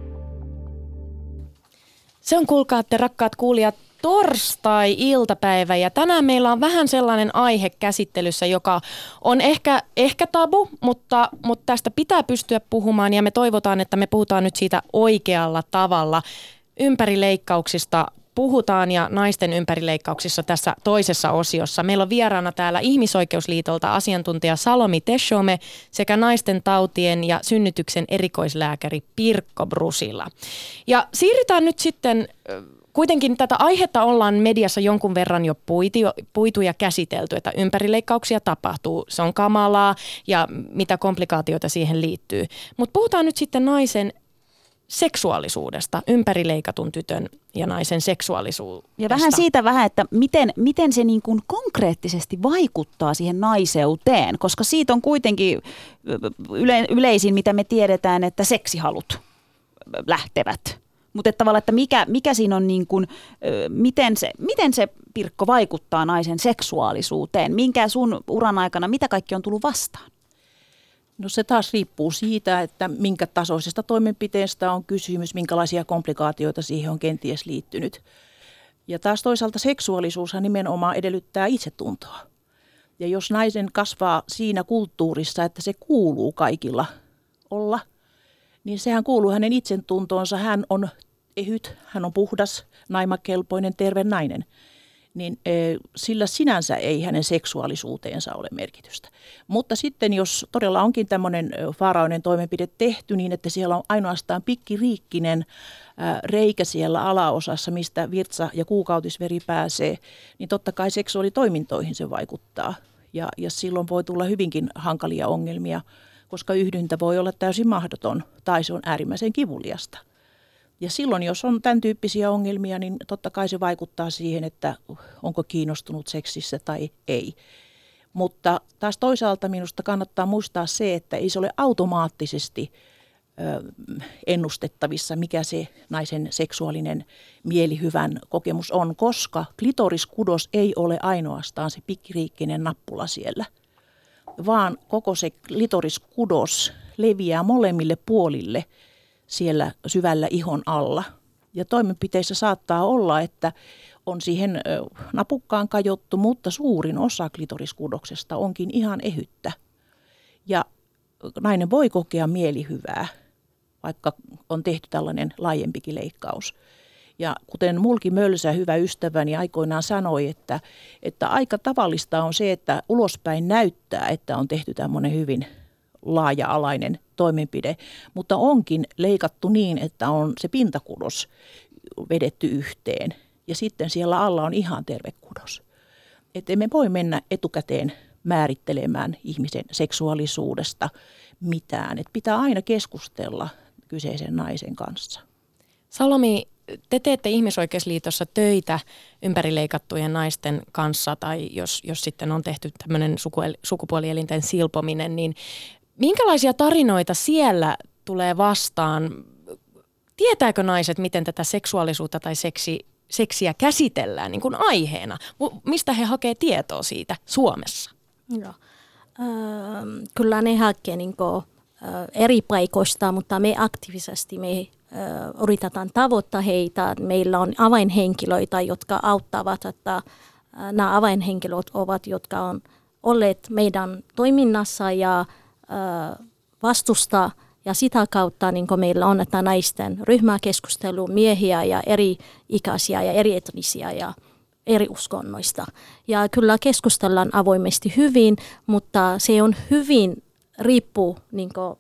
Se on, kuulkaatte rakkaat kuulijat, torstai-iltapäivä ja tänään meillä on vähän sellainen aihe käsittelyssä, joka on ehkä, ehkä tabu, mutta, mutta tästä pitää pystyä puhumaan ja me toivotaan, että me puhutaan nyt siitä oikealla tavalla. Ympärileikkauksista puhutaan ja naisten ympärileikkauksissa tässä toisessa osiossa. Meillä on vieraana täällä Ihmisoikeusliitolta asiantuntija Salomi Teshome sekä naisten tautien ja synnytyksen erikoislääkäri Pirkko Brusila. Ja siirrytään nyt sitten, kuitenkin tätä aihetta ollaan mediassa jonkun verran jo puitu, puitu ja käsitelty, että ympärileikkauksia tapahtuu. Se on kamalaa ja mitä komplikaatioita siihen liittyy. Mutta puhutaan nyt sitten naisen seksuaalisuudesta, ympärileikatun tytön ja naisen seksuaalisuudesta. Ja vähän siitä vähän, että miten, miten se niin kuin konkreettisesti vaikuttaa siihen naiseuteen, koska siitä on kuitenkin yle, yleisin, mitä me tiedetään, että seksihalut lähtevät. Mutta että tavallaan, että mikä, mikä siinä on, niin kuin, miten, se, miten se, Pirkko, vaikuttaa naisen seksuaalisuuteen? Minkä sun uran aikana, mitä kaikki on tullut vastaan? No se taas riippuu siitä, että minkä tasoisesta toimenpiteestä on kysymys, minkälaisia komplikaatioita siihen on kenties liittynyt. Ja taas toisaalta seksuaalisuushan nimenomaan edellyttää itsetuntoa. Ja jos naisen kasvaa siinä kulttuurissa, että se kuuluu kaikilla olla, niin sehän kuuluu hänen itsentuntoonsa. Hän on ehyt, hän on puhdas, naimakelpoinen, terve nainen. Niin sillä sinänsä ei hänen seksuaalisuuteensa ole merkitystä. Mutta sitten jos todella onkin tämmöinen faaraoinen toimenpide tehty niin, että siellä on ainoastaan pikkiriikkinen reikä siellä alaosassa, mistä virtsa ja kuukautisveri pääsee, niin totta kai seksuaalitoimintoihin se vaikuttaa. Ja, ja silloin voi tulla hyvinkin hankalia ongelmia, koska yhdyntä voi olla täysin mahdoton tai se on äärimmäisen kivuliasta. Ja silloin, jos on tämän tyyppisiä ongelmia, niin totta kai se vaikuttaa siihen, että onko kiinnostunut seksissä tai ei. Mutta taas toisaalta minusta kannattaa muistaa se, että ei se ole automaattisesti ö, ennustettavissa, mikä se naisen seksuaalinen mielihyvän kokemus on, koska klitoriskudos ei ole ainoastaan se pikkiriikkinen nappula siellä, vaan koko se klitoriskudos leviää molemmille puolille siellä syvällä ihon alla. Ja toimenpiteissä saattaa olla, että on siihen napukkaan kajottu, mutta suurin osa klitoriskudoksesta onkin ihan ehyttä. Ja nainen voi kokea mielihyvää, vaikka on tehty tällainen laajempikin leikkaus. Ja kuten Mulki Mölsä, hyvä ystäväni, aikoinaan sanoi, että, että aika tavallista on se, että ulospäin näyttää, että on tehty tämmöinen hyvin laaja-alainen toimenpide, mutta onkin leikattu niin, että on se pintakudos vedetty yhteen ja sitten siellä alla on ihan terve kudos. Että emme voi mennä etukäteen määrittelemään ihmisen seksuaalisuudesta mitään. Että pitää aina keskustella kyseisen naisen kanssa. Salomi, te teette Ihmisoikeusliitossa töitä ympärileikattujen naisten kanssa tai jos, jos sitten on tehty tämmöinen sukupuolielinten silpominen, niin minkälaisia tarinoita siellä tulee vastaan? Tietääkö naiset, miten tätä seksuaalisuutta tai seksi, seksiä käsitellään niin kuin aiheena? Mistä he hakee tietoa siitä Suomessa? Joo. Öö, kyllä ne hakee niin kuin, eri paikoista, mutta me aktiivisesti me ö, yritetään tavoittaa heitä. Meillä on avainhenkilöitä, jotka auttavat, että ö, nämä avainhenkilöt ovat, jotka on olleet meidän toiminnassa ja ö, vastusta. Ja sitä kautta niin meillä on, että naisten ryhmäkeskustelu, miehiä ja eri ikäisiä ja eri etnisiä ja eri uskonnoista. Ja kyllä keskustellaan avoimesti hyvin, mutta se on hyvin riippuu, niin kuin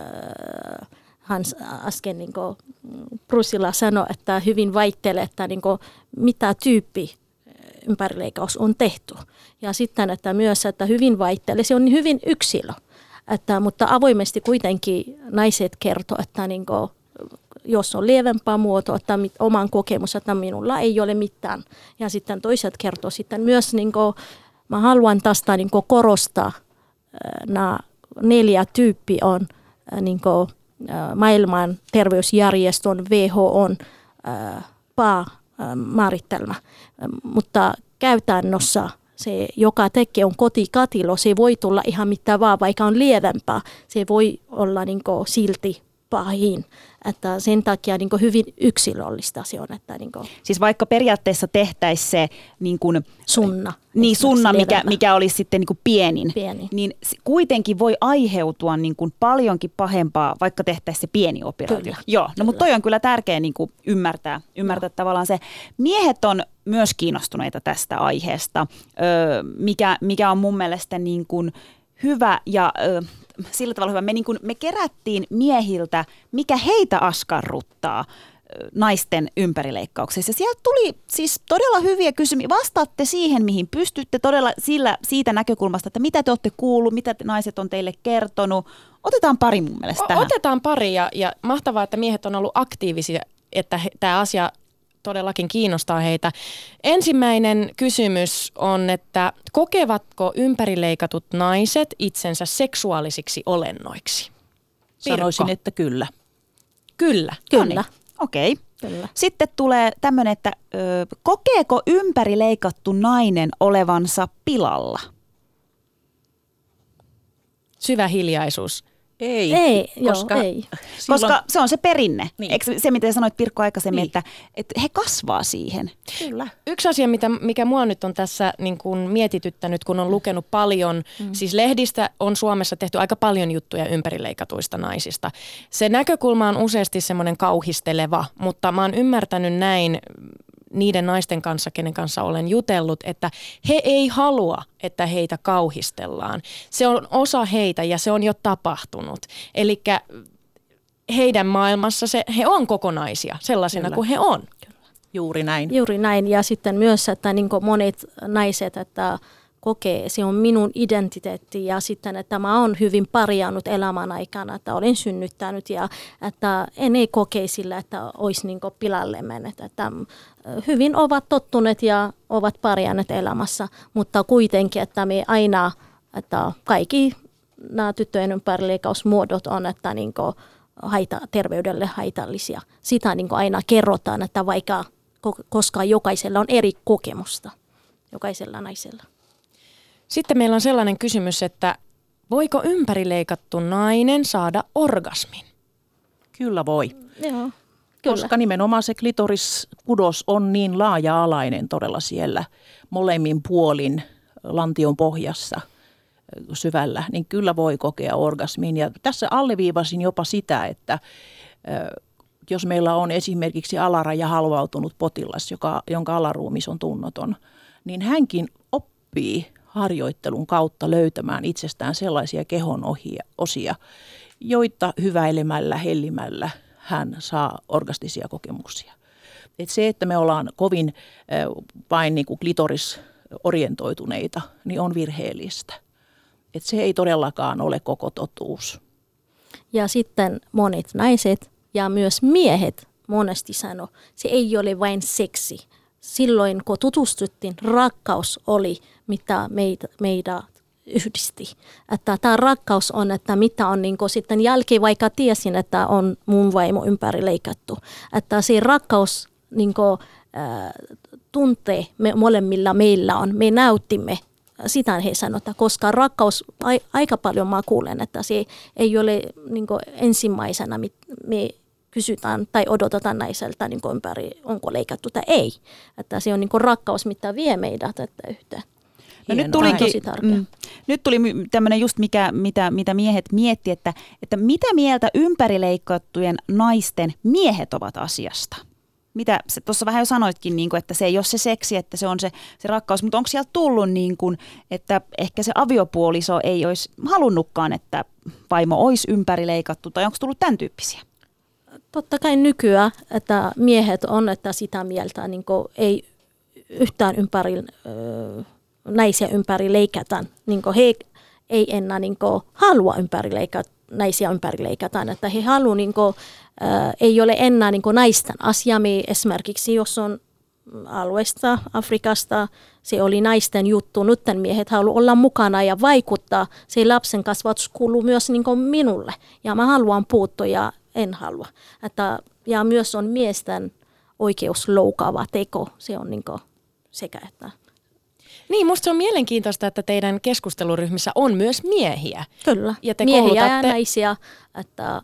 äh, Hans äsken niin kuin Brusila sanoi, että hyvin vaihtelee, että niin kuin, mitä tyyppi ympärileikkaus on tehty. Ja sitten, että myös, että hyvin vaihtelee, se on hyvin yksilö. Että, mutta avoimesti kuitenkin naiset kertoo, että niin kuin, jos on lievempää muotoa, että oman kokemus, että minulla ei ole mitään. Ja sitten toiset kertoo sitten myös, niin kuin, mä haluan tästä niin kuin korostaa, nämä neljä tyyppi on äh, niin kuin, äh, maailman terveysjärjestön W H O:n äh, päämääritelmä, äh, mutta käytännössä se, joka tekee on kotikatilo, se voi tulla ihan mitä vaan, vaikka on lievempää, se voi olla niin kuin, silti pahin. Että sen takia niin kuin hyvin yksilöllistä se on. Että niin kuin siis vaikka periaatteessa tehtäisiin se niin kuin, sunna, niin sunna mikä, mikä olisi sitten niin kuin pienin, pieni, niin kuitenkin voi aiheutua niin kuin paljonkin pahempaa, vaikka tehtäisiin se pieni operaatio. Kyllä. Joo, no mutta toi on kyllä tärkeä niin kuin ymmärtää, ymmärtää tavallaan se. Miehet on myös kiinnostuneita tästä aiheesta, öö, mikä, mikä on mun mielestä niin kuin hyvä ja öö, sillä tavalla hyvä. Me, niin kuin, me kerättiin miehiltä, mikä heitä askarruttaa naisten ympärileikkauksessa. Sieltä tuli siis todella hyviä kysymyksiä. Vastaatte siihen, mihin pystytte todella sillä, siitä näkökulmasta, että mitä te olette kuullut, mitä te naiset on teille kertonut. Otetaan pari mun mielestä o- tähän. Otetaan pari ja, ja mahtavaa, että miehet on ollut aktiivisia, että tämä asia todellakin kiinnostaa heitä. Ensimmäinen kysymys on, että kokevatko ympärileikatut naiset itsensä seksuaalisiksi olennoiksi? Pirkko. Sanoisin, että kyllä. Kyllä. Kyllä. Okei. Okay. Kyllä. Sitten tulee tämmöinen, että ö, kokeeko ympärileikattu nainen olevansa pilalla? Syvä hiljaisuus. Ei, Ei, koska, joo, ei. silloin, Koska se on se perinne. Niin. Eikö se, mitä sanoit Pirkko aikaisemmin, Niin. että, että he kasvaa siihen. Kyllä. Yksi asia, mitä, mikä mua nyt on tässä niin kuin mietityttänyt, kun on lukenut paljon, mm. siis lehdistä on Suomessa tehty aika paljon juttuja ympärileikatuista naisista. Se näkökulma on useasti semmoinen kauhisteleva, mutta mä oon ymmärtänyt näin niiden naisten kanssa, kenen kanssa olen jutellut, että he ei halua, että heitä kauhistellaan. Se on osa heitä ja se on jo tapahtunut. Eli heidän maailmassa se, he on kokonaisia sellaisena Kyllä. kuin he on. Juuri näin. Juuri näin. Ja sitten myös, että niin kuin monet naiset, että kokee, se on minun identiteetti ja sitten, että mä oon hyvin parjannut elämän aikana, että olen synnyttänyt ja että en ei kokee sillä, että olisi niin kuin pilalle mennyt. Että hyvin ovat tottuneet ja ovat parjanneet elämässä, mutta kuitenkin, että me aina, että kaikki nämä tyttöjen ympärileikkausmuodot on, että niin kuin haita, terveydelle haitallisia. Sitä niin kuin aina kerrotaan, että vaikka, koska jokaisella on eri kokemusta, jokaisella naisella. Sitten meillä on sellainen kysymys, että voiko ympärileikattu nainen saada orgasmin? Kyllä voi. Joo, kyllä. Koska nimenomaan se klitoriskudos on niin laaja-alainen todella siellä molemmin puolin lantion pohjassa syvällä, niin kyllä voi kokea orgasmin. Ja tässä alleviivasin jopa sitä, että jos meillä on esimerkiksi alaraja halvautunut potilas, joka, jonka alaruumis on tunnoton, niin hänkin oppii harjoittelun kautta löytämään itsestään sellaisia kehon osia, joita hyväilemällä, hellimällä hän saa orgastisia kokemuksia. Et se, että me ollaan kovin vain niin kuin klitorisorientoituneita, niin on virheellistä. Et se ei todellakaan ole koko totuus. Ja sitten monet naiset ja myös miehet monesti sanoo, se ei ole vain seksi. Silloin kun tutustuttiin, rakkaus oli, mitä meitä, meitä yhdisti. Että tämä rakkaus on, että mitä on niin sitten jälkeen, vaikka tiesin, että on mun vaimo ympärileikattu. Että se rakkaus niin kuin, äh, tuntee me molemmilla meillä on, me näytimme. Sitä he sanotaan, koska rakkaus, a, aika paljon mä kuulen, että se ei ole niin kuin ensimmäisenä, me kysytään tai odotetaan naiselta niin ympäri, onko leikattu tai ei. Että se on niin kuin rakkaus, mitä vie meidät että yhteen. No nyt, tulikin, mm, nyt tuli tämmöinen just, mikä, mitä, mitä miehet miettii, että, että mitä mieltä ympärileikattujen naisten miehet ovat asiasta? Mitä tuossa vähän jo sanoitkin, niin kuin, että se ei ole se seksi, että se on se, se rakkaus, mutta onko sieltä tullut, niin kuin, että ehkä se aviopuoliso ei olisi halunnutkaan, että vaimo olisi ympärileikattu, tai onko tullut tämän tyyppisiä? Totta kai nykyään, että miehet on että sitä mieltä, niin kuin ei yhtään ympäri, ö, naisia ympäri leikataan. Niin kuin he ei enää niin kuin halua ympäri leikata, naisia ympäri leikataan. Että he haluavat, niin kuin, ö, ei ole enää niin kuin naisten asia. Me esimerkiksi jos on alueesta, Afrikasta, se oli naisten juttu. Nyt miehet haluavat olla mukana ja vaikuttaa. Se lapsen kasvatus kuuluu myös niin kuin minulle. Ja mä haluan puuttua ja en halua. Että, ja myös on miesten oikeus loukaava teko. Se on niin kuin sekä että. Niin, musta se on mielenkiintoista, että teidän keskusteluryhmissä on myös miehiä. Kyllä, ja te miehiä koulutatte ja naisia, että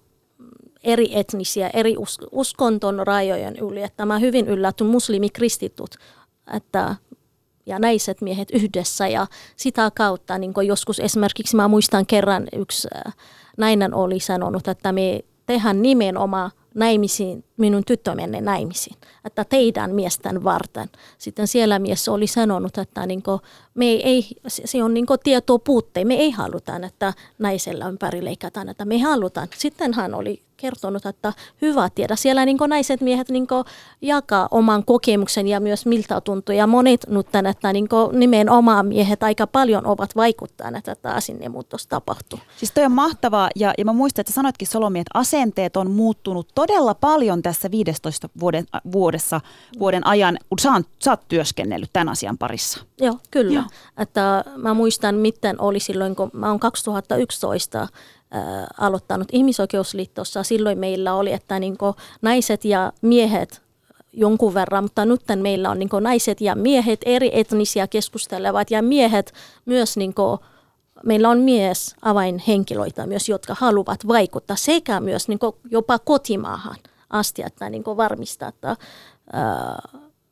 eri etnisiä, eri us- uskonton rajojen yli. Että mä hyvin yllätyn muslimikristitut, että ja naiset miehet yhdessä ja sitä kautta niin joskus esimerkiksi mä muistan kerran yksi nainen oli sanonut, että me tehdään nimenomaan naimisiin, minun tyttö menne naimisiin, että teidän miesten varten. Sitten siellä mies oli sanonut, että niinku, me ei, se on niinku tietoa puutteen, me ei haluta, että naisella ympärileikataan, että me halutaan. Sitten hän oli kertonut, että hyvä tiedä. Siellä niinku naiset miehet niinku jakaa oman kokemuksen ja myös miltä tuntuu. Ja monet nyt, että niinku nimenomaan miehet aika paljon ovat vaikuttaneet, että asennemuutos tapahtuu. Siis toi on mahtavaa ja, ja mä muistan, että sanoitkin Solomi, että asenteet on muuttunut todella paljon tässä viidentoista vuoden, vuodessa, vuoden ajan, kun sä, on, sä oot työskennellyt tämän asian parissa. Joo, kyllä. Joo. Että mä muistan, miten oli silloin, kun mä oon kaksituhattayksitoista Äh, aloittanut ihmisoikeusliitossa. Silloin meillä oli, että niin kuin naiset ja miehet jonkun verran, mutta nyt meillä on niin kuin naiset ja miehet eri etnisiä keskustelevat ja miehet myös niin kuin, meillä on myös avainhenkilöitä myös, jotka haluavat vaikuttaa sekä myös niin kuin jopa kotimaahan asti, että niin kuin varmistaa, että ää,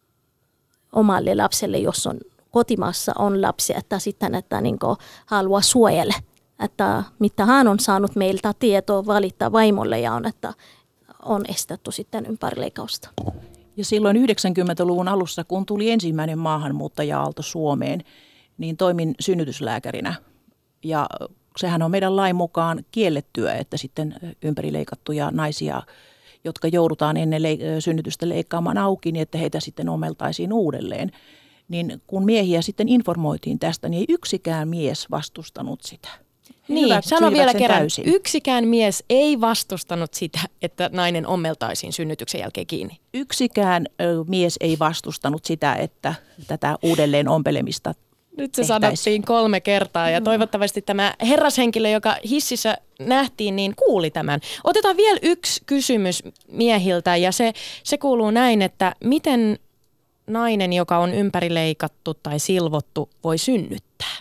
omalle lapselle, jos on kotimaassa on lapsi, että sitten että niin kuin haluaa suojella, että mitä hän on saanut meiltä tietoa valittaa vaimolle ja on, että on estetty sitten ympärileikkausta. Ja silloin yhdeksänkymmentäluvun alussa, kun tuli ensimmäinen maahanmuuttaja-aalto Suomeen, niin toimin synnytyslääkärinä. Ja sehän on meidän lain mukaan kiellettyä, että sitten ympärileikattuja naisia, jotka joudutaan ennen leik- synnytystä leikkaamaan auki, niin että heitä sitten omeltaisiin uudelleen. Niin kun miehiä sitten informoitiin tästä, niin ei yksikään mies vastustanut sitä. He niin, sano vielä kerran, täysin. Yksikään mies ei vastustanut sitä, että nainen ommeltaisiin synnytyksen jälkeen kiinni. Yksikään ö, mies ei vastustanut sitä, että tätä uudelleen ompelemista Nyt se tehtäisiin. sanottiin kolme kertaa ja toivottavasti tämä herrashenkilö, joka hississä nähtiin, niin kuuli tämän. Otetaan vielä yksi kysymys miehiltä ja se, se kuuluu näin, että miten nainen, joka on ympärileikattu tai silvottu, voi synnyttää?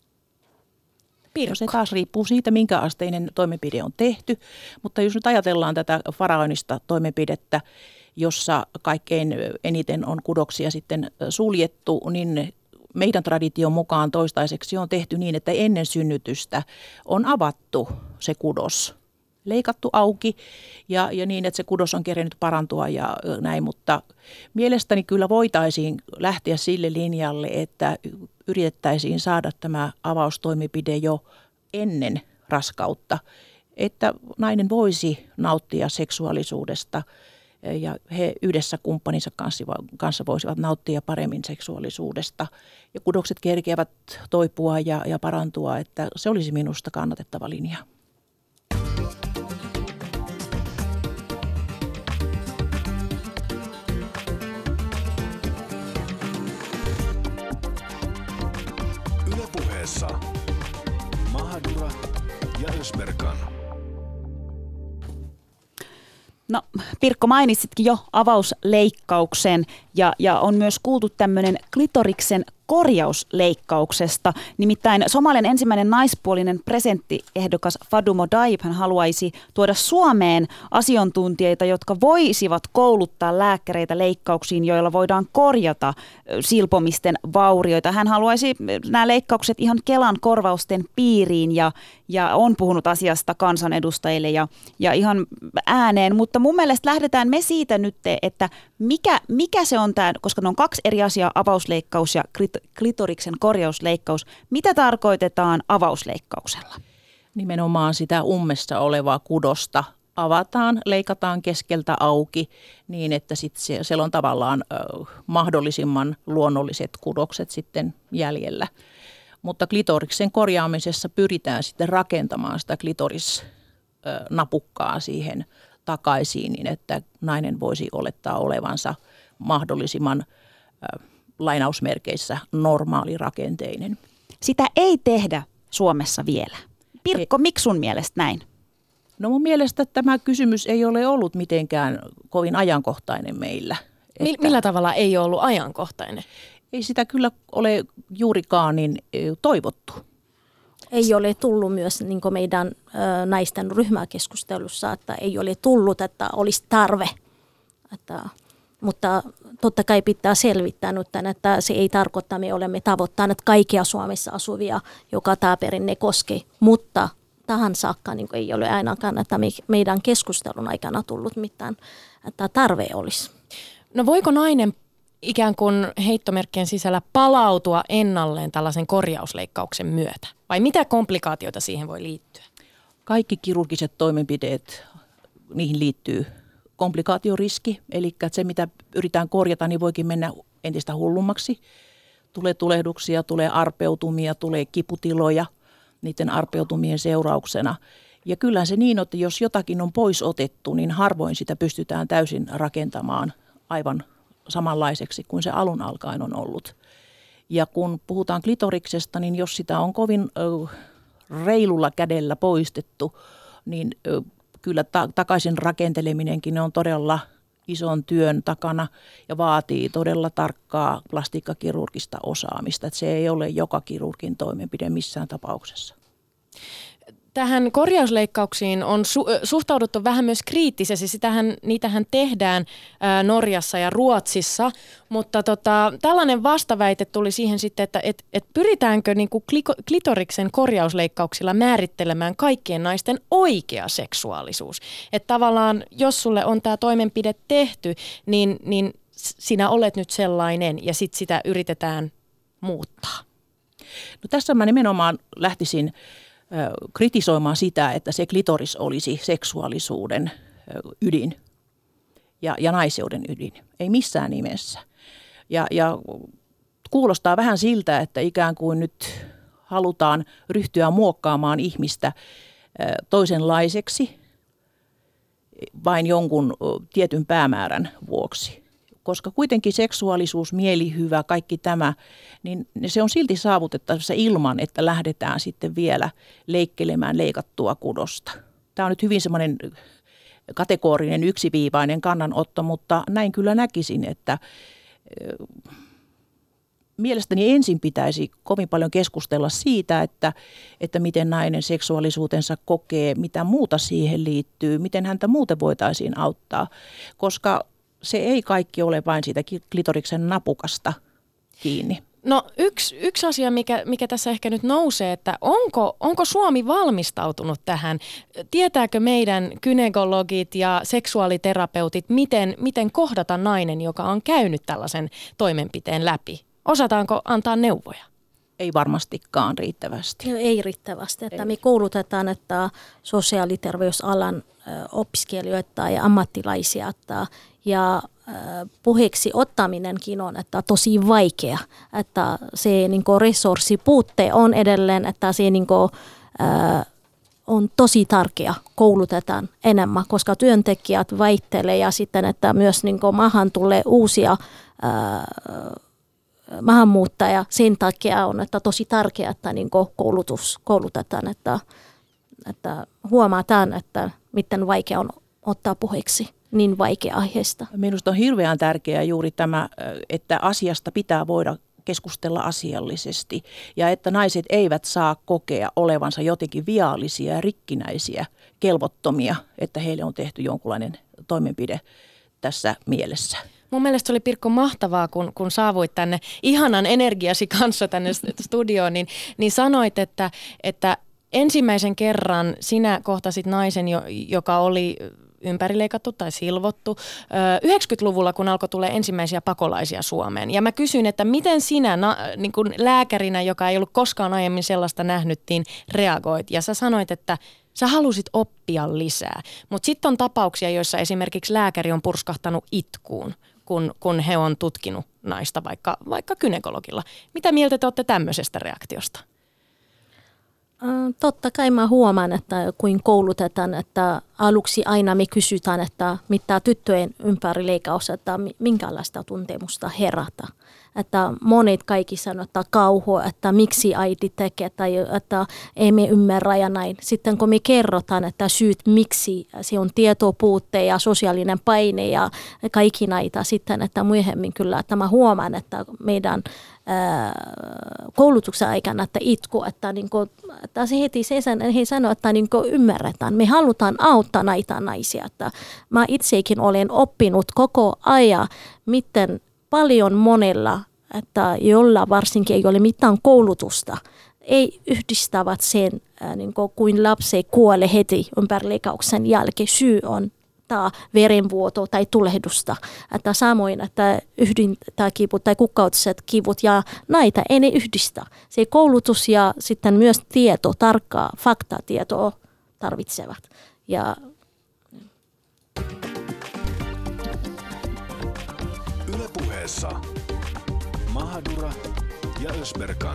Pirkko. Se taas riippuu siitä, minkä asteinen toimenpide on tehty, mutta jos nyt ajatellaan tätä faraonista toimenpidettä, jossa kaikkein eniten on kudoksia sitten suljettu, niin meidän tradition mukaan toistaiseksi on tehty niin, että ennen synnytystä on avattu se kudos, leikattu auki ja, ja niin, että se kudos on kerennyt parantua ja näin, mutta mielestäni kyllä voitaisiin lähteä sille linjalle, että yritettäisiin saada tämä avaustoimipide jo ennen raskautta, että nainen voisi nauttia seksuaalisuudesta ja he yhdessä kumppaninsa kanssa voisivat nauttia paremmin seksuaalisuudesta ja kudokset kerkeävät toipua ja, ja parantua, että se olisi minusta kannatettava linja. Yle Puheessa Mahadura ja Ösberkan. No Pirkko, mainitsitkin jo avausleikkauksen ja, ja on myös kuultu tämmöinen klitoriksen korjausleikkauksesta. Nimittäin Somalian ensimmäinen naispuolinen presidenttiehdokas Faduma Daib hän haluaisi tuoda Suomeen asiantuntijoita, jotka voisivat kouluttaa lääkäreitä leikkauksiin, joilla voidaan korjata silpomisten vaurioita. Hän haluaisi nämä leikkaukset ihan Kelan korvausten piiriin ja, ja on puhunut asiasta kansanedustajille ja, ja ihan ääneen, mutta mun mielestä lähdetään me siitä nyt, että mikä, mikä se on tämä, koska ne on kaksi eri asiaa, avausleikkaus ja klitoriksen korjausleikkaus. Mitä tarkoitetaan avausleikkauksella? Nimenomaan sitä ummessa olevaa kudosta avataan, leikataan keskeltä auki niin, että sit se, siellä on tavallaan ö, mahdollisimman luonnolliset kudokset sitten jäljellä. Mutta klitoriksen korjaamisessa pyritään sitten rakentamaan sitä klitorisnapukkaa siihen takaisin, niin että nainen voisi olettaa olevansa mahdollisimman ö, lainausmerkeissä normaalirakenteinen. Sitä ei tehdä Suomessa vielä. Pirkko, ei. Miksi sun mielestä näin? No mun mielestä tämä kysymys ei ole ollut mitenkään kovin ajankohtainen meillä. Että millä tavalla ei ollut ajankohtainen? Ei sitä kyllä ole juurikaan niin toivottu. Ei ole tullut myös niin kuin meidän ö, naisten ryhmäkeskustelussa, että ei ole tullut, että olisi tarve. Että, mutta totta kai pitää selvittää nyt, että se ei tarkoita, että me olemme tavoittaneet kaikkia Suomessa asuvia, joka tämä perinne koskee, mutta tähän saakka niin ei ole ainakaan, että meidän keskustelun aikana tullut mitään, että tarve olisi. No voiko nainen ikään kuin heittomerkkien sisällä palautua ennalleen tällaisen korjausleikkauksen myötä? Vai mitä komplikaatioita siihen voi liittyä? Kaikki kirurgiset toimenpiteet, niihin liittyy komplikaatioriski, eli se mitä yritetään korjata, niin voikin mennä entistä hullummaksi. Tulee tulehduksia, tulee arpeutumia, tulee kiputiloja niiden arpeutumien seurauksena. Ja kyllä se niin, että jos jotakin on pois otettu, niin harvoin sitä pystytään täysin rakentamaan aivan samanlaiseksi kuin se alun alkaen on ollut. Ja kun puhutaan klitoriksesta, niin jos sitä on kovin ö, reilulla kädellä poistettu, niin ö, kyllä ta- takaisin rakenteleminenkin on todella ison työn takana ja vaatii todella tarkkaa plastiikkakirurgista osaamista. Että se ei ole joka kirurgin toimenpide missään tapauksessa. Tähän korjausleikkauksiin on su- suhtauduttu vähän myös kriittisesti. Sitähän, niitähän tehdään ää, Norjassa ja Ruotsissa, mutta tota, tällainen vastaväite tuli siihen sitten, että et, et pyritäänkö niinku kliko- klitoriksen korjausleikkauksilla määrittelemään kaikkien naisten oikea seksuaalisuus. Että tavallaan, jos sulle on tämä toimenpide tehty, niin, niin sinä olet nyt sellainen ja sitten sitä yritetään muuttaa. No tässä mä nimenomaan lähtisin kritisoimaan sitä, että se klitoris olisi seksuaalisuuden ydin ja, ja naiseuden ydin. Ei missään nimessä. Ja, ja kuulostaa vähän siltä, että ikään kuin nyt halutaan ryhtyä muokkaamaan ihmistä toisenlaiseksi vain jonkun tietyn päämäärän vuoksi. Koska kuitenkin seksuaalisuus, mielihyvä, kaikki tämä, niin se on silti saavutettavissa ilman, että lähdetään sitten vielä leikkelemään leikattua kudosta. Tämä on nyt hyvin semmoinen kategorinen, yksiviivainen kannanotto, mutta näin kyllä näkisin, että mielestäni ensin pitäisi kovin paljon keskustella siitä, että, että miten nainen seksuaalisuutensa kokee, mitä muuta siihen liittyy, miten häntä muuten voitaisiin auttaa, koska se ei kaikki ole vain siitä klitoriksen napukasta kiinni. No yksi, yksi asia, mikä, mikä tässä ehkä nyt nousee, että onko, onko Suomi valmistautunut tähän? Tietääkö meidän gynekologit ja seksuaaliterapeutit, miten, miten kohdata nainen, joka on käynyt tällaisen toimenpiteen läpi? Osataanko antaa neuvoja? Ei varmastikaan riittävästi. Ei riittävästi. Että ei. Me koulutetaan, että sosiaaliterveysalan opiskelijoita ja ammattilaisia, että ja puheeksi ottaminenkin on että tosi vaikea, että se niin kuin resurssipuutte on edelleen, että se niin kuin, äh, on tosi tärkeä koulutetaan enemmän, koska työntekijät vaihtelee ja sitten, että myös niin kuin maahan tulee uusia äh, maahanmuuttajia, sen takia on että tosi tärkeää, että niin kuin koulutus koulutetaan, että, että huomataan, että miten vaikea on ottaa puheeksi niin vaikea aiheesta. Minusta on hirveän tärkeää juuri tämä, että asiasta pitää voida keskustella asiallisesti ja että naiset eivät saa kokea olevansa jotenkin viallisia ja rikkinäisiä, kelvottomia, että heille on tehty jonkunlainen toimenpide tässä mielessä. Mun mielestä se oli, Pirkko, mahtavaa, kun, kun saavuit tänne ihanan energiasi kanssa tänne studioon, niin, niin sanoit, että, että ensimmäisen kerran sinä kohtasit naisen, joka oli ympärileikattu tai silvottu yhdeksänkymmentäluvulla, kun alkoi tulla ensimmäisiä pakolaisia Suomeen. Ja mä kysyin, että miten sinä na, niin kuin lääkärinä, joka ei ollut koskaan aiemmin sellaista nähnyt, niin reagoit. Ja sä sanoit, että sä halusit oppia lisää. Mutta sitten on tapauksia, joissa esimerkiksi lääkäri on purskahtanut itkuun, kun, kun he on tutkinut naista vaikka, vaikka gynekologilla. Mitä mieltä te olette tämmöisestä reaktiosta? Totta kai mä huomaan, että kun koulutetaan, että aluksi aina me kysytään, että mitä tyttöjen ympärileikkaus, että minkälaista tuntemusta herätä. Että monet kaikki sanoo, että kauhu, että miksi äiti tekee, tai että emme ymmärrä ja näin. Sitten kun me kerrotaan, että syyt miksi, se on tietopuutte ja sosiaalinen paine ja kaikki näitä, sitten että myöhemmin kyllä, että mä huomaan, että meidän koulutuksen aikana, että itku, että, niin kuin, että se heti se, he sanoo, että niin kuin ymmärretään. Me halutaan auttaa näitä naisia. Että mä itsekin olen oppinut koko ajan, miten paljon monella, että jolla varsinkin ei ole mitään koulutusta, ei yhdistävät sen, niin kuin lapsi kuolee heti ympärileikkauksen jälkeen. Syy on tämä verenvuoto tai tulehdusta. Että samoin, että ydintäkivut tai kukkautiset kivut ja näitä ei ne yhdistä. Se koulutus ja sitten myös tieto, tarkkaa faktatietoa tarvitsevat. Ja Yle Puheessa Mahadura ja Ösberkan.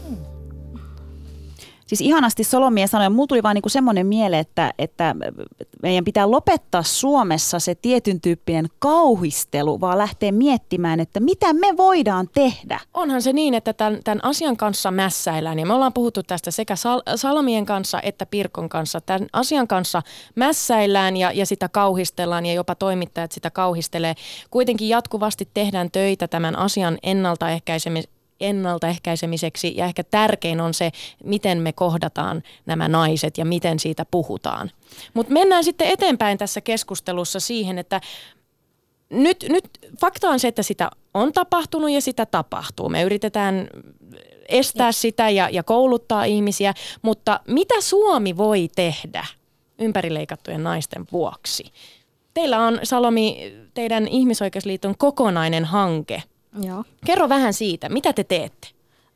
Siis ihanasti Solomia sanoi, mulla tuli vaan niinku semmoinen miele, että, että meidän pitää lopettaa Suomessa se tietyn tyyppinen kauhistelu, vaan lähteä miettimään, että mitä me voidaan tehdä. Onhan se niin, että tämän, tämän asian kanssa mässäillään, ja me ollaan puhuttu tästä sekä Sal- Salomien kanssa että Pirkon kanssa. Tämän asian kanssa mässäillään ja, ja sitä kauhistellaan, ja jopa toimittajat sitä kauhistelee. Kuitenkin jatkuvasti tehdään töitä tämän asian ennaltaehkäisemiseksi ennaltaehkäisemiseksi ja ehkä tärkein on se, miten me kohdataan nämä naiset ja miten siitä puhutaan. Mutta mennään sitten eteenpäin tässä keskustelussa siihen, että nyt, nyt fakta on se, että sitä on tapahtunut ja sitä tapahtuu. Me yritetään estää sitä ja, ja kouluttaa ihmisiä, mutta mitä Suomi voi tehdä ympärileikattujen naisten vuoksi? Teillä on, Salomi, teidän Ihmisoikeusliiton kokonainen hanke. Joo. Kerro vähän siitä, mitä te teette?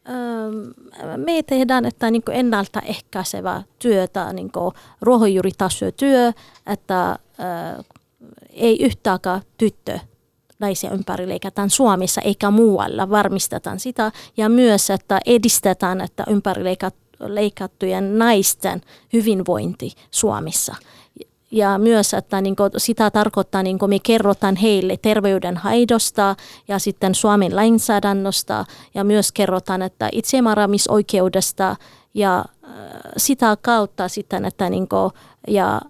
Me tehdään että niin ennaltaehkäisevää työtä, niin ruohonjuuritasotyö, että äh, ei yhtäänkään tyttö naisia ympärileikataan Suomessa eikä muualla, varmistetaan sitä. Ja myös, että edistetään että ympärileikattujen naisten hyvinvointi Suomessa. Ja myös, että niin kuin, sitä tarkoittaa, niin kuin me kerrotaan heille terveydenhaidosta ja sitten Suomen lainsäädännöstä ja myös kerrotaan, että itsemääräämisoikeudesta ja äh, sitä kautta sitten, että niin kuin, ja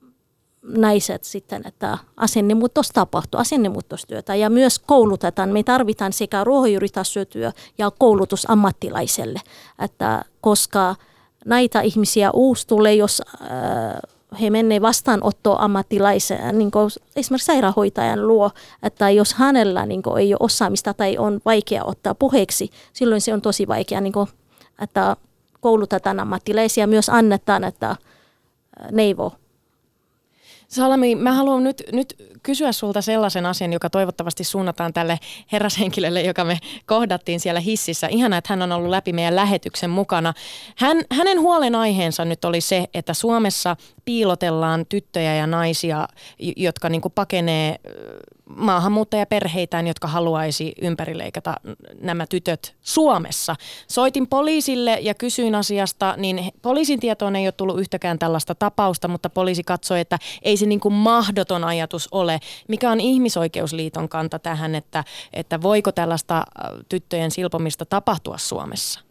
naiset sitten, että asennemuutos tapahtuu, asennemuutostyötä ja myös koulutetaan. Me tarvitaan sekä ruohonjuuritasotyö ja koulutus ammattilaiselle, että koska näitä ihmisiä uusi tulee, jos äh, he menee vastaanottoon ammattilaisen, niin esimerkiksi sairaanhoitajan luo, että jos hänellä niin kuin, ei ole osaamista tai on vaikea ottaa puheeksi, silloin se on tosi vaikea, niin kuin, että koulutetaan ammattilaisia, myös annetaan, että neuvo. Salami, mä haluan nyt, nyt kysyä sulta sellaisen asian, joka toivottavasti suunnataan tälle herrashenkilölle, joka me kohdattiin siellä hississä. Ihana, että hän on ollut läpi meidän lähetyksen mukana. Hän, hänen huolenaiheensa nyt oli se, että Suomessa piilotellaan tyttöjä ja naisia, jotka niin kuin pakenee maahanmuuttajaperheitään, jotka haluaisi ympärileikata nämä tytöt Suomessa. Soitin poliisille ja kysyin asiasta, niin poliisin tietoon ei ole tullut yhtäkään tällaista tapausta, mutta poliisi katsoi, että ei se niin kuin mahdoton ajatus ole. Mikä on Ihmisoikeusliiton kanta tähän, että, että voiko tällaista tyttöjen silpomista tapahtua Suomessa?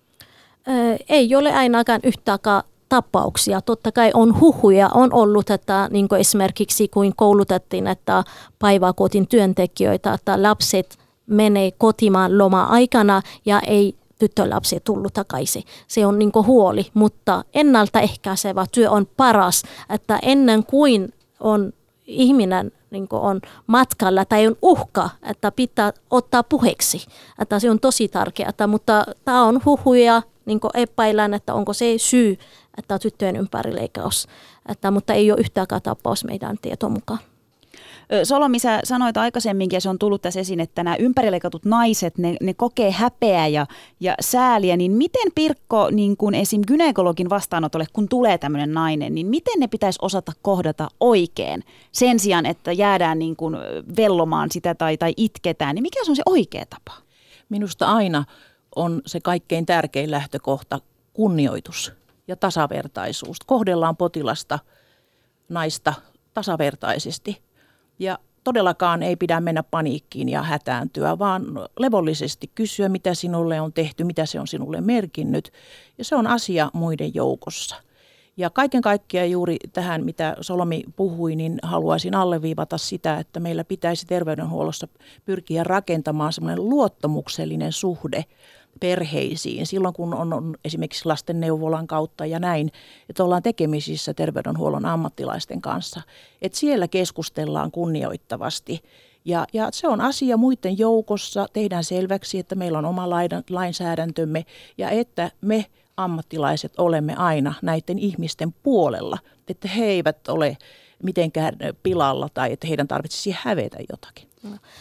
Ei ole ainakaan yhtäkään tapauksia. Totta kai on huhuja, on ollut, että niin kuin esimerkiksi kun koulutettiin, että päiväkodin työntekijöitä, että lapset menee kotimaan loma-aikana ja ei tyttölapsi tullut takaisin. Se on niin kuin huoli, mutta ennaltaehkäisevä työ on paras, että ennen kuin on ihminen niin kuin on matkalla tai on uhka, että pitää ottaa puheeksi. Että se on tosi tärkeää, mutta tämä on huhuja, niin kuin epäillään, että onko se syy, että tyttöjen ympärileikkaus, että, mutta ei ole yhtäkään tapaus meidän tietoon mukaan. Salomi, sä sanoit aikaisemminkin, ja se on tullut tässä esiin, että nämä ympärileikatut naiset, ne, ne kokee häpeää ja, ja sääliä, niin miten Pirkko, niin kun esim. Gynekologin vastaanotolle, kun tulee tämmöinen nainen, niin miten ne pitäisi osata kohdata oikein sen sijaan, että jäädään niin kun vellomaan sitä tai, tai itketään, niin mikä on se oikea tapa? Minusta aina on se kaikkein tärkein lähtökohta kunnioitus ja tasavertaisuus. Kohdellaan potilasta, naista tasavertaisesti. Ja todellakaan ei pidä mennä paniikkiin ja hätääntyä, vaan levollisesti kysyä, mitä sinulle on tehty, mitä se on sinulle merkinnyt. Ja se on asia muiden joukossa. Ja kaiken kaikkiaan juuri tähän, mitä Salomi puhui, niin haluaisin alleviivata sitä, että meillä pitäisi terveydenhuollossa pyrkiä rakentamaan semmoinen luottamuksellinen suhde perheisiin silloin, kun on, on esimerkiksi lastenneuvolan kautta ja näin, että ollaan tekemisissä terveydenhuollon ammattilaisten kanssa. Että siellä keskustellaan kunnioittavasti ja, ja se on asia muiden joukossa. Tehdään selväksi, että meillä on oma lainsäädäntömme ja että me ammattilaiset olemme aina näiden ihmisten puolella, että he eivät ole mitenkään pilalla tai että heidän tarvitsisi hävetä jotakin.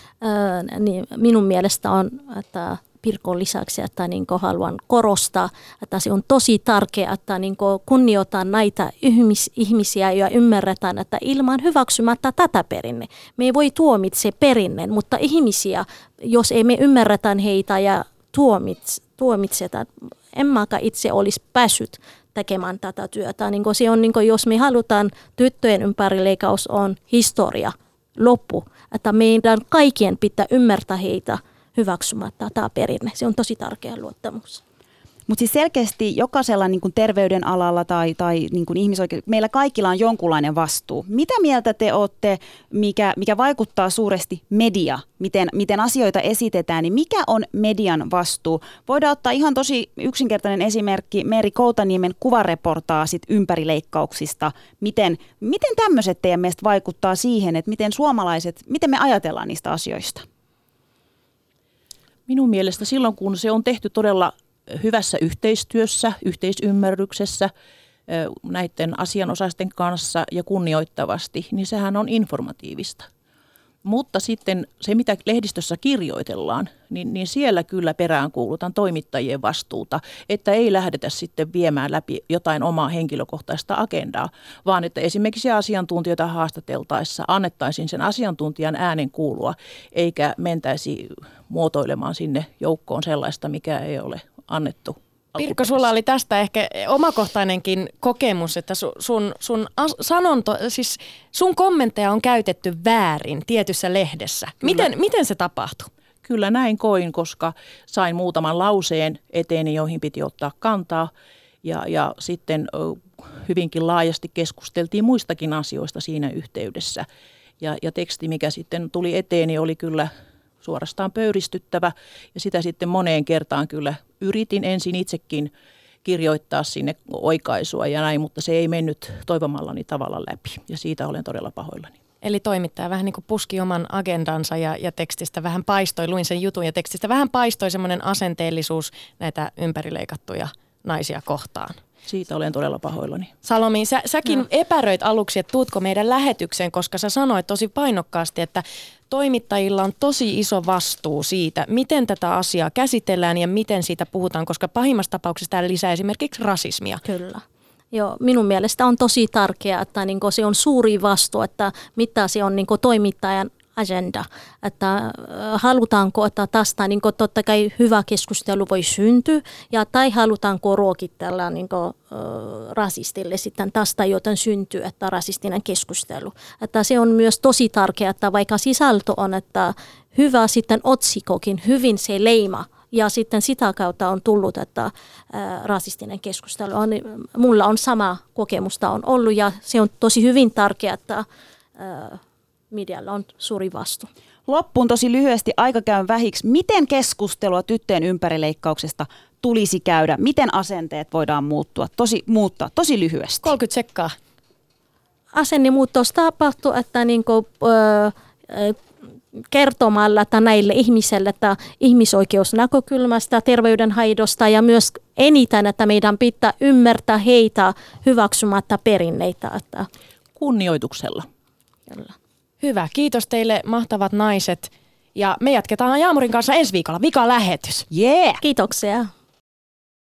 Äh, niin, minun mielestä on, että Pirkon lisäksi, että niin haluan korostaa, että se on tosi tärkeää, että niin kunnioitetaan näitä ihmis- ihmisiä ja ymmärretään, että ilman hyväksymättä tätä perinne. Me ei voi tuomitse perinneen, mutta ihmisiä, jos ei me ymmärretä heitä ja tuomits, tuomitsetaan, en mäkään itse olisi päässyt tekemään tätä työtä. Niin se on, niin kuin, jos me halutaan tyttöjen ympärileikkaus on historia, loppu, että meidän kaikkien pitää ymmärtää heitä hyväksymättä tämä perinne. Se on tosi tärkeä luottamus. Mutta siis selkeästi jokaisella niin kuin terveyden alalla tai, tai niin kuin ihmisoikeus, meillä kaikilla on jonkunlainen vastuu. Mitä mieltä te olette, mikä, mikä vaikuttaa suuresti media, miten, miten asioita esitetään, niin mikä on median vastuu? Voidaan ottaa ihan tosi yksinkertainen esimerkki Meeri Koutaniemen kuvareportaasit ympärileikkauksista. Miten, miten tämmöiset teidän mielestä vaikuttaa siihen, että miten suomalaiset, miten me ajatellaan niistä asioista? Minun mielestä silloin, kun se on tehty todella hyvässä yhteistyössä, yhteisymmärryksessä näiden asianosaisten kanssa ja kunnioittavasti, niin sehän on informatiivista. Mutta sitten se, mitä lehdistössä kirjoitellaan, niin, niin siellä kyllä peräänkuulutan toimittajien vastuuta, että ei lähdetä sitten viemään läpi jotain omaa henkilökohtaista agendaa, vaan että esimerkiksi asiantuntijoita haastateltaessa annettaisiin sen asiantuntijan äänen kuulua, eikä mentäisi muotoilemaan sinne joukkoon sellaista, mikä ei ole annettu. Pirkko, sulla oli tästä ehkä omakohtainenkin kokemus, että sun, sun sanonto, siis sun kommentteja on käytetty väärin tietyssä lehdessä. Miten, miten se tapahtui? Kyllä näin koin, koska sain muutaman lauseen eteeni, joihin piti ottaa kantaa. Ja, ja sitten hyvinkin laajasti keskusteltiin muistakin asioista siinä yhteydessä. Ja, ja teksti, mikä sitten tuli eteeni, oli kyllä suorastaan pöyristyttävä, ja sitä sitten moneen kertaan kyllä yritin ensin itsekin kirjoittaa sinne oikaisua ja näin, mutta se ei mennyt toivomallani tavalla läpi, ja siitä olen todella pahoillani. Eli toimittaja vähän niin kuin puski oman agendansa ja, ja tekstistä vähän paistoi, luin sen jutun ja tekstistä vähän paistoi semmoinen asenteellisuus näitä ympärileikattuja naisia kohtaan. Siitä olen todella pahoillani. Salomi, sä, säkin no. epäröit aluksi, että tuutko meidän lähetykseen, koska sä sanoit tosi painokkaasti, että toimittajilla on tosi iso vastuu siitä, miten tätä asiaa käsitellään ja miten siitä puhutaan, koska pahimmassa tapauksessa tämä lisää esimerkiksi rasismia. Kyllä. Joo, minun mielestä on tosi tärkeää, että niin se on suuri vastuu, että mitä se on niin toimittajan agenda, että halutaanko, että tästä niin totta kai hyvä keskustelu voi syntyä, ja tai halutaanko ruokitella niin kuin, äh, rasistille sitten tästä, joten syntyy, että rasistinen keskustelu. Että se on myös tosi tärkeää, että vaikka sisältö on, että hyvä sitten otsikokin, hyvin se leima, ja sitten sitä kautta on tullut, että äh, rasistinen keskustelu on, mulla on sama kokemusta on ollut, ja se on tosi hyvin tärkeää, että äh, medialla on suuri vastuu. Loppuun tosi lyhyesti, aika käyn vähiksi. Miten keskustelua tyttöjen ympärileikkauksesta tulisi käydä? Miten asenteet voidaan muuttua? Tosi, muuttaa tosi lyhyesti. kolmekymmentä sekkaa. Asennemuutos tapahtuu, että niinku, ö, kertomalla että näille ihmisille, että ihmisoikeusnäkökulmasta, terveydenhaidosta ja myös eniten, että meidän pitää ymmärtää heitä hyväksymättä perinneitä. Että kunnioituksella. Kyllä. Hyvä. Kiitos teille mahtavat naiset. Ja me jatketaan Jaamurin kanssa ensi viikolla. Vika lähetys. Yeah. Kiitoksia.